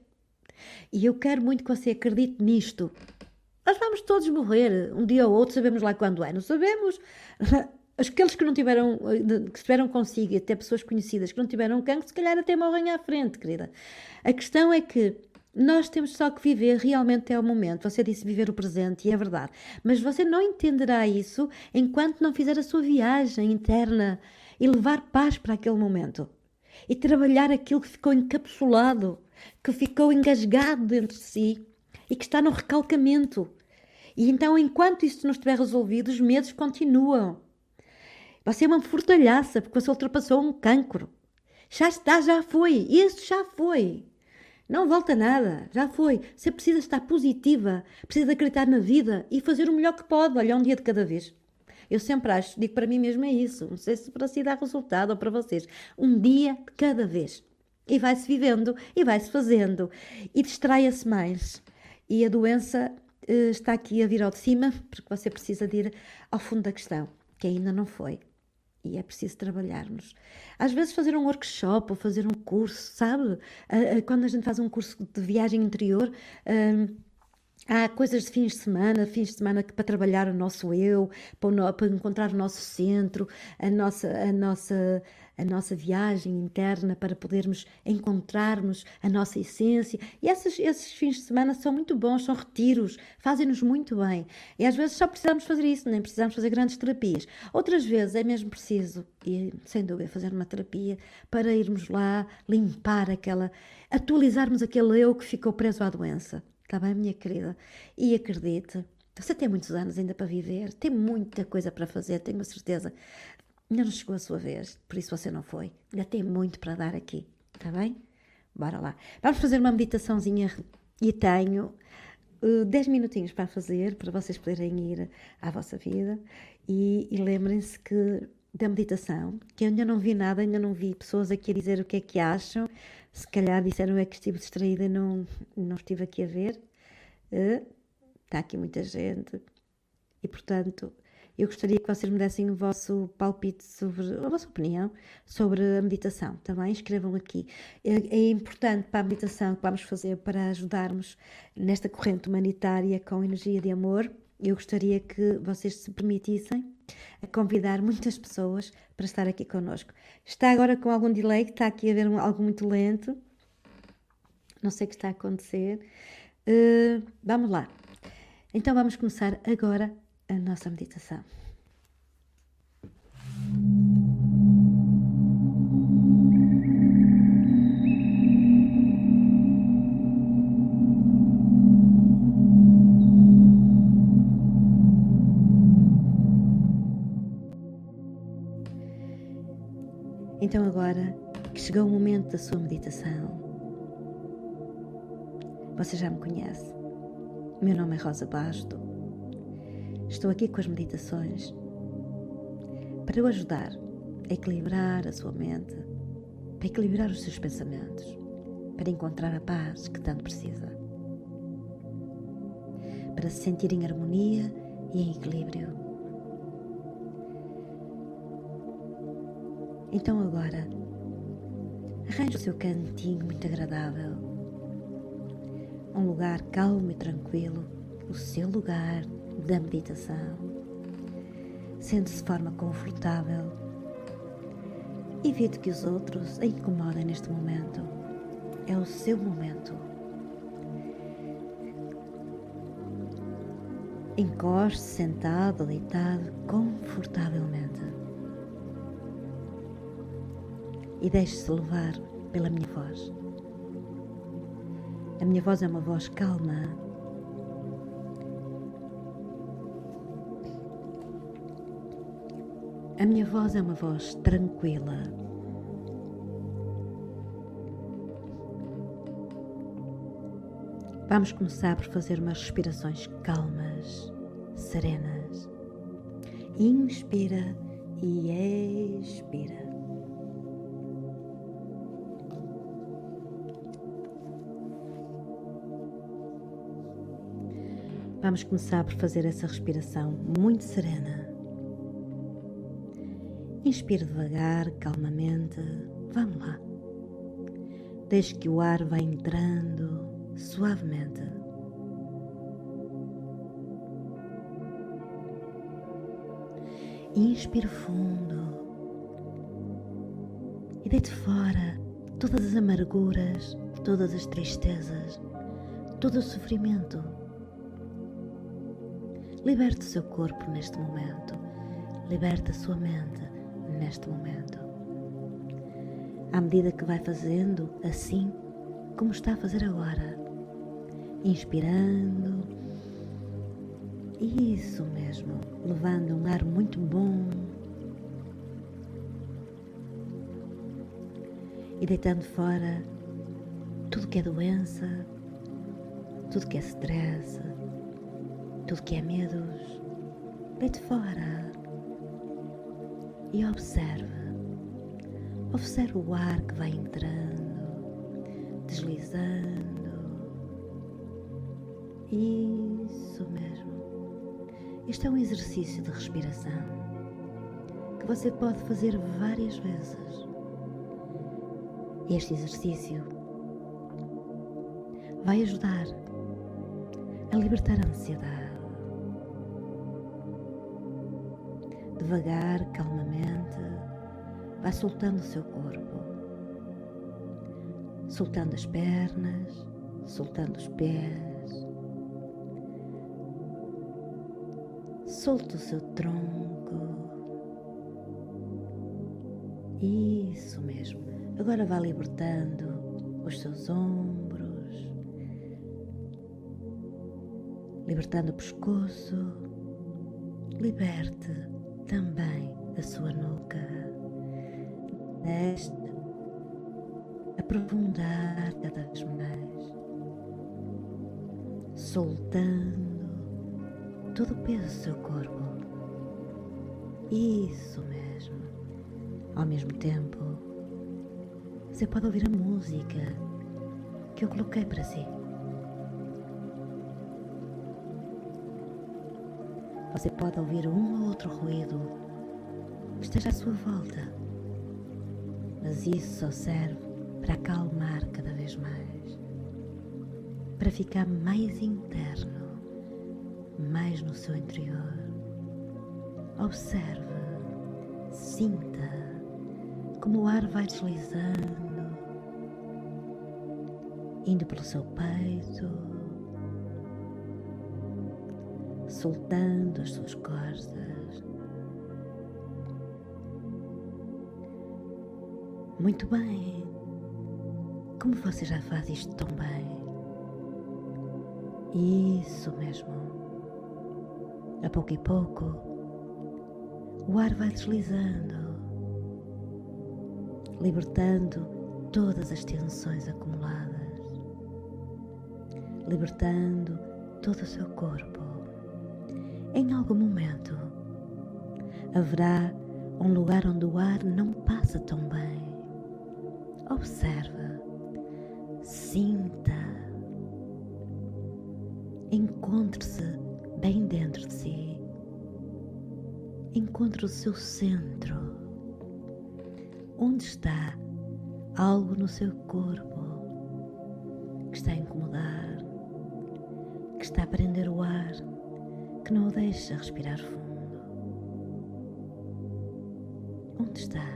E eu quero muito que você acredite nisto. Nós vamos todos morrer, um dia ou outro, sabemos lá quando é, não sabemos. Aqueles que não tiveram, que estiveram consigo, e até pessoas conhecidas que não tiveram cancro, se calhar até morrem à frente, querida. A questão é que nós temos só que viver realmente até o momento. Você disse viver o presente, e é verdade. Mas você não entenderá isso enquanto não fizer a sua viagem interna e levar paz para aquele momento. E trabalhar aquilo que ficou encapsulado, que ficou engasgado dentro de si e que está no recalcamento. E então, enquanto isso não estiver resolvido, os medos continuam. Você é uma fortalhaça, porque você ultrapassou um cancro. Já está, já foi. Este já foi. Não volta nada, já foi. Você precisa estar positiva, precisa acreditar na vida e fazer o melhor que pode. Olha, um dia de cada vez. Eu sempre acho, digo para mim mesmo é isso. Não sei se para si dá resultado ou para vocês. Um dia de cada vez. E vai-se vivendo e vai-se fazendo. E distraia-se mais. E a doença está aqui a vir ao de cima, porque você precisa de ir ao fundo da questão, que ainda não foi. E é preciso trabalharmos. Às vezes fazer um workshop ou fazer um curso, sabe? Quando a gente faz um curso de viagem interior, há coisas de fins de semana que para trabalhar o nosso eu, para encontrar o nosso centro, a nossa viagem interna, para podermos encontrarmos a nossa essência. E esses fins de semana são muito bons, são retiros, fazem-nos muito bem. E às vezes só precisamos fazer isso, nem precisamos fazer grandes terapias. Outras vezes é mesmo preciso, e sem dúvida, fazer uma terapia para irmos lá limpar atualizarmos aquele eu que ficou preso à doença. Está bem, minha querida? E acredite, você tem muitos anos ainda para viver, tem muita coisa para fazer, tenho a certeza. Ainda não chegou a sua vez, por isso você não foi. Ainda tem muito para dar aqui, está bem? Bora lá. Vamos fazer uma meditaçãozinha e tenho 10 minutinhos para fazer, para vocês poderem ir à vossa vida. E lembrem-se que da meditação, que eu ainda não vi nada, ainda não vi pessoas aqui a dizer o que é que acham. Se calhar disseram é que estive distraída e não estive aqui a ver. Está aqui muita gente. E, portanto, eu gostaria que vocês me dessem o vosso palpite sobre, a vossa opinião sobre a meditação. Também escrevam aqui. É importante para a meditação que vamos fazer para ajudarmos nesta corrente humanitária com energia de amor. Eu gostaria que vocês se permitissem a convidar muitas pessoas para estar aqui connosco. Está agora com algum delay, está aqui a haver algo muito lento. Não sei o que está a acontecer. Vamos lá. Então vamos começar agora a nossa meditação. Então agora que chegou o momento da sua meditação, você já me conhece. Meu nome é Rosa Basto. Estou aqui com as meditações para o ajudar a equilibrar a sua mente, para equilibrar os seus pensamentos, para encontrar a paz que tanto precisa, para se sentir em harmonia e em equilíbrio. Então agora, arranje o seu cantinho muito agradável. um lugar calmo e tranquilo, o seu lugar da meditação. Sente-se de forma confortável. Evite que os outros a incomodem neste momento. É o seu momento. Encoste-se sentado ou deitado confortavelmente. E deixe-se levar pela minha voz. A minha voz é uma voz calma. A minha voz é uma voz tranquila. Vamos começar por fazer umas respirações calmas, serenas. Inspira e expira. Vamos começar por fazer essa respiração muito serena. Inspire devagar, calmamente. Vamos lá. Deixe que o ar vá entrando suavemente. Inspire fundo e deite fora todas as amarguras, todas as tristezas, todo o sofrimento. Liberte o seu corpo neste momento. Liberte a sua mente neste momento. À medida que vai fazendo, assim como está a fazer agora. Inspirando. Isso mesmo. Levando um ar muito bom. E deitando fora tudo que é doença, tudo que é stress, tudo que é medos. Deite fora. E observe o ar que vai entrando, deslizando. Isso mesmo. Este é um exercício de respiração que você pode fazer várias vezes. Este exercício vai ajudar a libertar a ansiedade. Devagar, calmamente, vai soltando o seu corpo, soltando as pernas, soltando os pés, solte o seu tronco. Isso mesmo. Agora vá libertando os seus ombros, libertando o pescoço. Liberte também a sua nuca. Deixe aprofundar cada vez mais, soltando todo o peso do seu corpo. Isso mesmo. Ao mesmo tempo, você pode ouvir a música que eu coloquei para si. Você pode ouvir um ou outro ruído que esteja à sua volta, mas isso só serve para acalmar cada vez mais, para ficar mais interno, mais no seu interior. Observe, sinta como o ar vai deslizando, indo pelo seu peito, soltando as suas costas. Muito bem. Como você já faz isto tão bem? Isso mesmo. A pouco e pouco, o ar vai deslizando, libertando todas as tensões acumuladas, libertando todo o seu corpo. Em algum momento, haverá um lugar onde o ar não passa tão bem. Observa, sinta, encontre-se bem dentro de si. Encontre o seu centro. Onde está algo no seu corpo que está a incomodar, que está a prender o ar, que não o deixa respirar fundo? Onde está?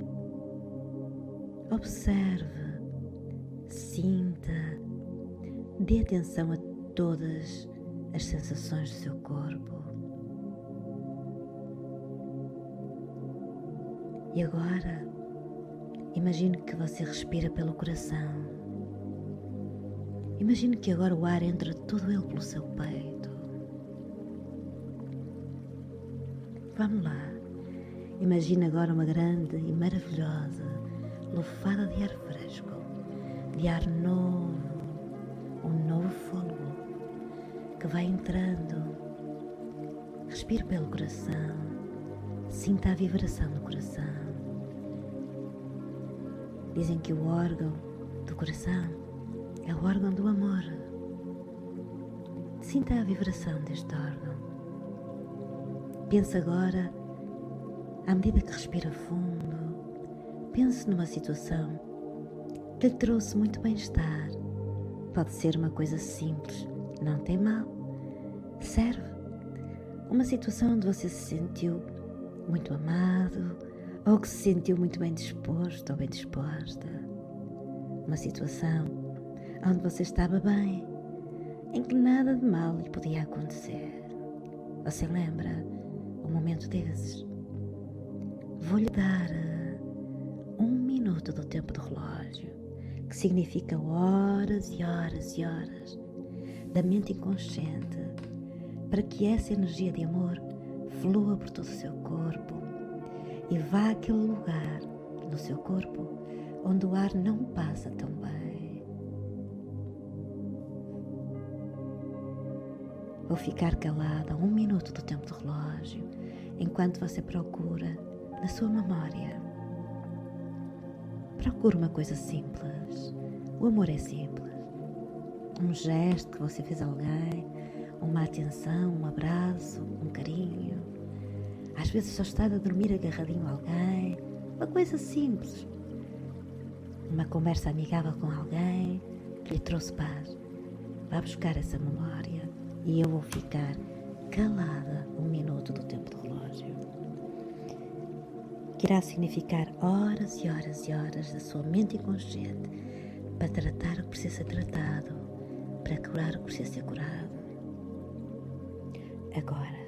Observe, sinta, dê atenção a todas as sensações do seu corpo. E agora, imagine que você respira pelo coração. Imagine que agora o ar entra todo ele pelo seu peito. Vamos lá. Imagine agora uma grande e maravilhosa lufada de ar fresco, de ar novo, um novo fôlego que vai entrando. Respire pelo coração, sinta a vibração do coração. Dizem que o órgão do coração é o órgão do amor. Sinta a vibração deste órgão. Pense agora, à medida que respira fundo, pense numa situação que lhe trouxe muito bem-estar. Pode ser uma coisa simples, não tem mal, serve. Uma situação onde você se sentiu muito amado, ou que se sentiu muito bem disposto ou bem disposta. Uma situação onde você estava bem, em que nada de mal lhe podia acontecer. Você lembra um momento desses? Vou-lhe dar 1 minuto do tempo do relógio, que significa horas e horas e horas da mente inconsciente, para que essa energia de amor flua por todo o seu corpo e vá àquele lugar no seu corpo onde o ar não passa tão bem. Vou ficar calada 1 minuto do tempo do relógio, enquanto você procura na sua memória. Procure uma coisa simples. O amor é simples. Um gesto que você fez a alguém, uma atenção, um abraço, um carinho. Às vezes só está a dormir agarradinho a alguém, uma coisa simples. Uma conversa amigável com alguém que lhe trouxe paz. Vá buscar essa memória e eu vou ficar calada 1 minuto do tempo do relógio. Que irá significar horas e horas e horas da sua mente inconsciente para tratar o que precisa ser tratado, para curar o que precisa ser curado. Agora,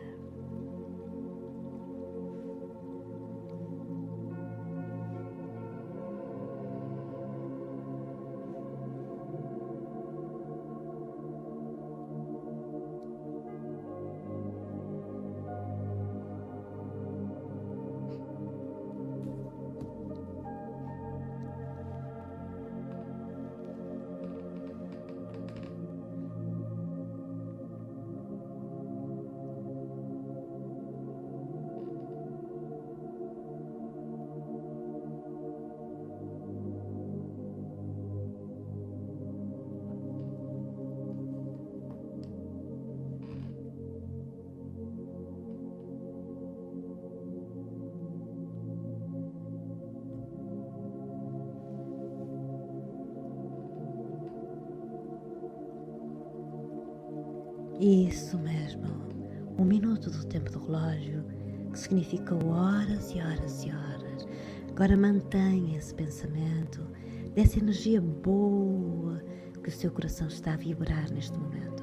isso mesmo, 1 minuto do tempo do relógio, que significa horas e horas e horas. Agora mantenha esse pensamento, dessa energia boa que o seu coração está a vibrar neste momento.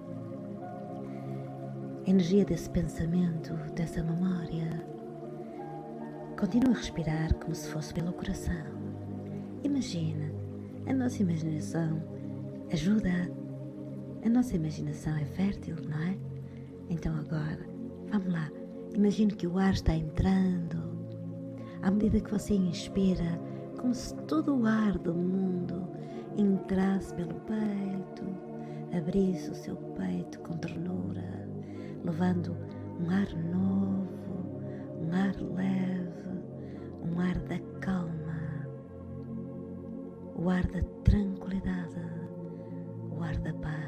A energia desse pensamento, dessa memória. Continue a respirar como se fosse pelo coração. Imagina, a nossa imaginação ajuda. A nossa imaginação é fértil, não é? Então agora, vamos lá. Imagine que o ar está entrando. À medida que você inspira, como se todo o ar do mundo entrasse pelo peito, abrisse o seu peito com ternura, levando um ar novo, um ar leve, um ar da calma, o ar da tranquilidade, o ar da paz.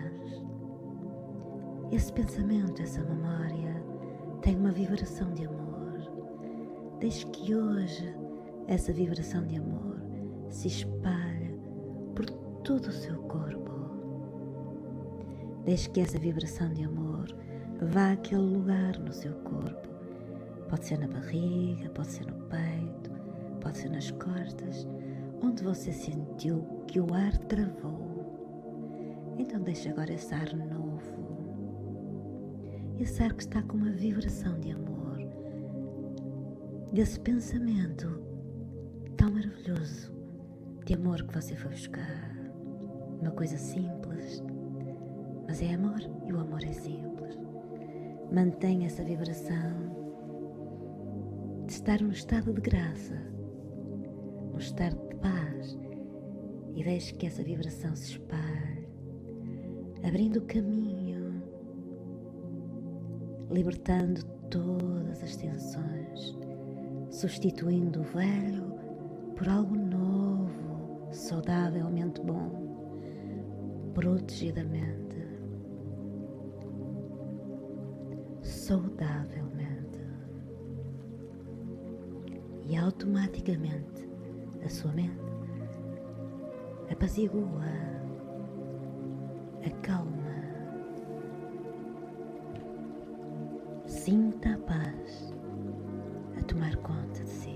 Esse pensamento, essa memória, tem uma vibração de amor. Deixe que hoje essa vibração de amor se espalhe por todo o seu corpo. Deixe que essa vibração de amor vá àquele lugar no seu corpo. Pode ser na barriga, pode ser no peito, pode ser nas costas, onde você sentiu que o ar travou. Então deixe agora esse ar novo, esse ar que está com uma vibração de amor, desse pensamento tão maravilhoso de amor que você foi buscar. Uma coisa simples, mas é amor e o amor é simples. Mantenha essa vibração de estar num estado de graça, num estado de paz, e deixe que essa vibração se espalhe, abrindo o caminho, libertando todas as tensões, substituindo o velho por algo novo, saudavelmente bom, protegidamente, saudavelmente, e automaticamente a sua mente apazigua, acalma, sinta a paz a tomar conta de si.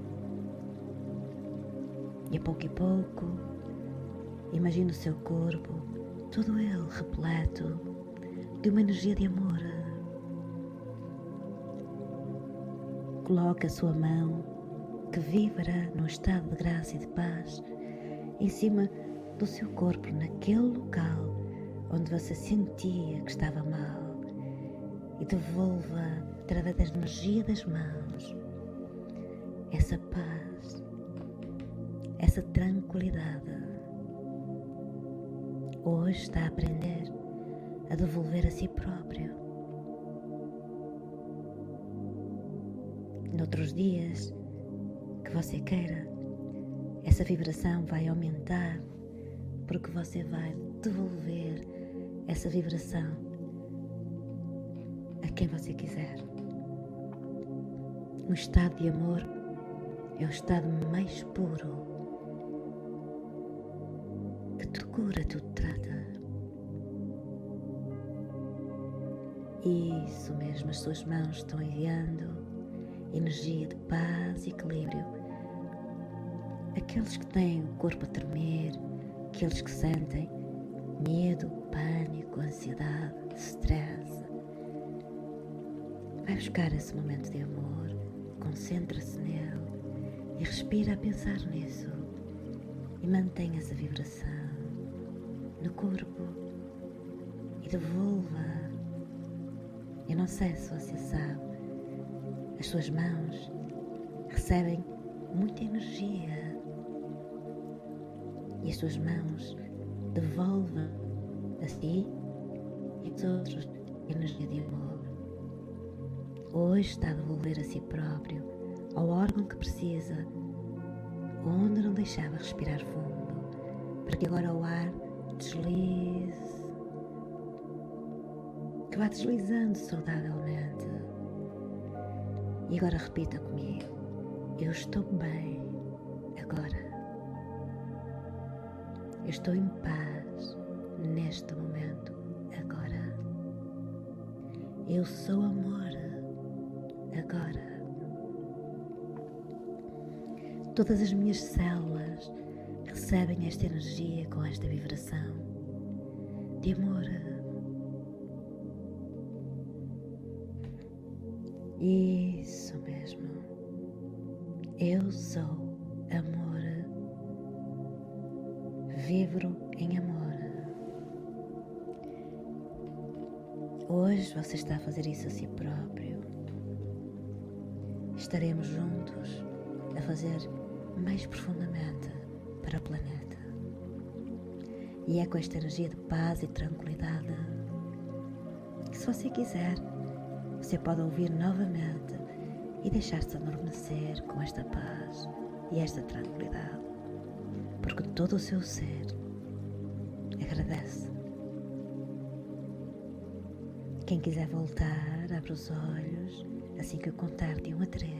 E a pouco, imagine o seu corpo, todo ele repleto de uma energia de amor. Coloque a sua mão, que vibra num estado de graça e de paz, em cima do seu corpo, naquele local onde você sentia que estava mal, e devolva, através da energia das mãos, essa paz, essa tranquilidade. Hoje está a aprender a devolver a si próprio. Noutros dias que você queira, essa vibração vai aumentar, porque você vai devolver essa vibração a quem você quiser. Um estado de amor é o estado mais puro, que tudo cura, tudo trata. Isso mesmo, as suas mãos estão enviando energia de paz e equilíbrio. Aqueles que têm o corpo a tremer, aqueles que sentem medo, pânico, ansiedade, stress. Vai buscar esse momento de amor, concentra-se nele e respira a pensar nisso, e mantenha essa vibração no corpo e devolva. Eu não sei se você sabe, as suas mãos recebem muita energia e as suas mãos devolvem a si e aos outros energia de amor. Hoje está a devolver a si próprio, ao órgão que precisa, onde não deixava respirar fundo, para que agora o ar deslize, que vá deslizando saudavelmente. E agora repita comigo: eu estou bem agora. Eu estou em paz neste momento agora. Eu sou amor agora. Todas as minhas células recebem esta energia com esta vibração de amor. Isso mesmo. Eu sou amor. Vibro em amor. Hoje você está a fazer isso a si próprio. Estaremos juntos a fazer mais profundamente para o planeta. E é com esta energia de paz e tranquilidade que, se você quiser, você pode ouvir novamente e deixar-se adormecer com esta paz e esta tranquilidade, porque todo o seu ser agradece. Quem quiser voltar, abre os olhos assim que eu contar de 1 a 3,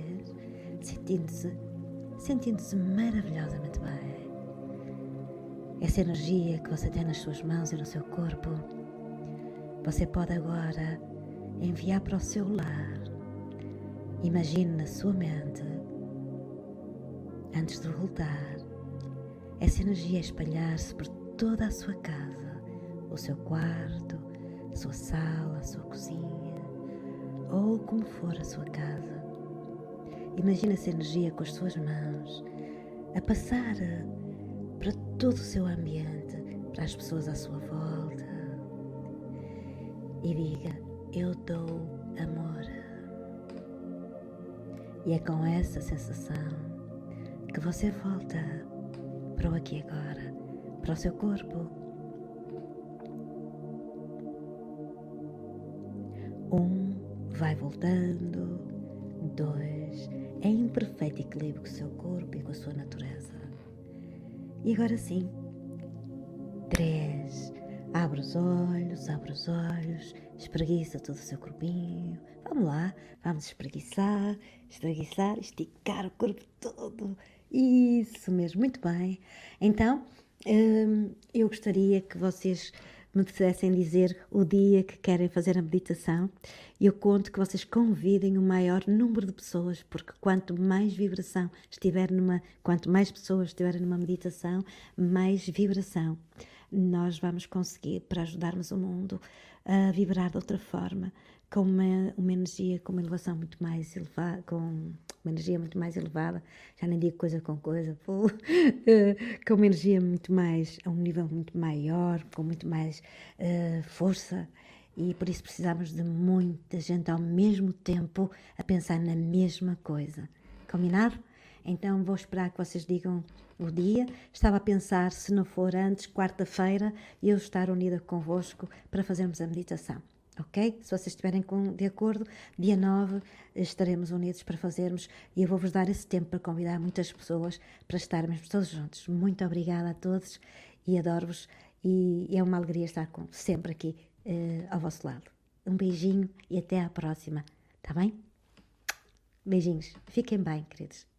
sentindo-se maravilhosamente bem. Essa energia que você tem nas suas mãos e no seu corpo Você pode agora enviar para o seu lar. Imagine na sua mente, antes de voltar, essa energia espalhar-se por toda a sua casa, o seu quarto, a sua sala, a sua cozinha, ou como for a sua casa. Imagine essa energia com as suas mãos a passar para todo o seu ambiente, para as pessoas à sua volta, e diga: eu dou amor. E é com essa sensação que você volta para o aqui e agora, para o seu corpo. 1, vai voltando. 2, é em perfeito equilíbrio com o seu corpo e com a sua natureza. E agora sim. 3, abre os olhos, espreguiça todo o seu corpinho. Vamos lá, vamos espreguiçar, esticar o corpo todo. Isso mesmo, muito bem. Então, eu gostaria que vocês me pudessem dizer o dia que querem fazer a meditação. Eu conto que vocês convidem o maior número de pessoas, porque quanto mais vibração quanto mais pessoas estiverem numa meditação, mais vibração nós vamos conseguir para ajudarmos o mundo a vibrar de outra forma, com uma energia, com uma elevação muito mais elevada, com uma energia muito mais elevada, já nem digo coisa com coisa, com uma energia muito mais, a um nível muito maior, com muito mais força, e por isso precisamos de muita gente ao mesmo tempo a pensar na mesma coisa. Combinado? Então vou esperar que vocês digam o dia. Estava a pensar, se não for antes, quarta-feira, eu estar unida convosco para fazermos a meditação. Ok? Se vocês estiverem de acordo, dia 9 estaremos unidos para fazermos, e eu vou-vos dar esse tempo para convidar muitas pessoas para estarmos todos juntos. Muito obrigada a todos e adoro-vos, e é uma alegria estar sempre aqui ao vosso lado. Um beijinho e até à próxima, tá bem? Beijinhos. Fiquem bem, queridos.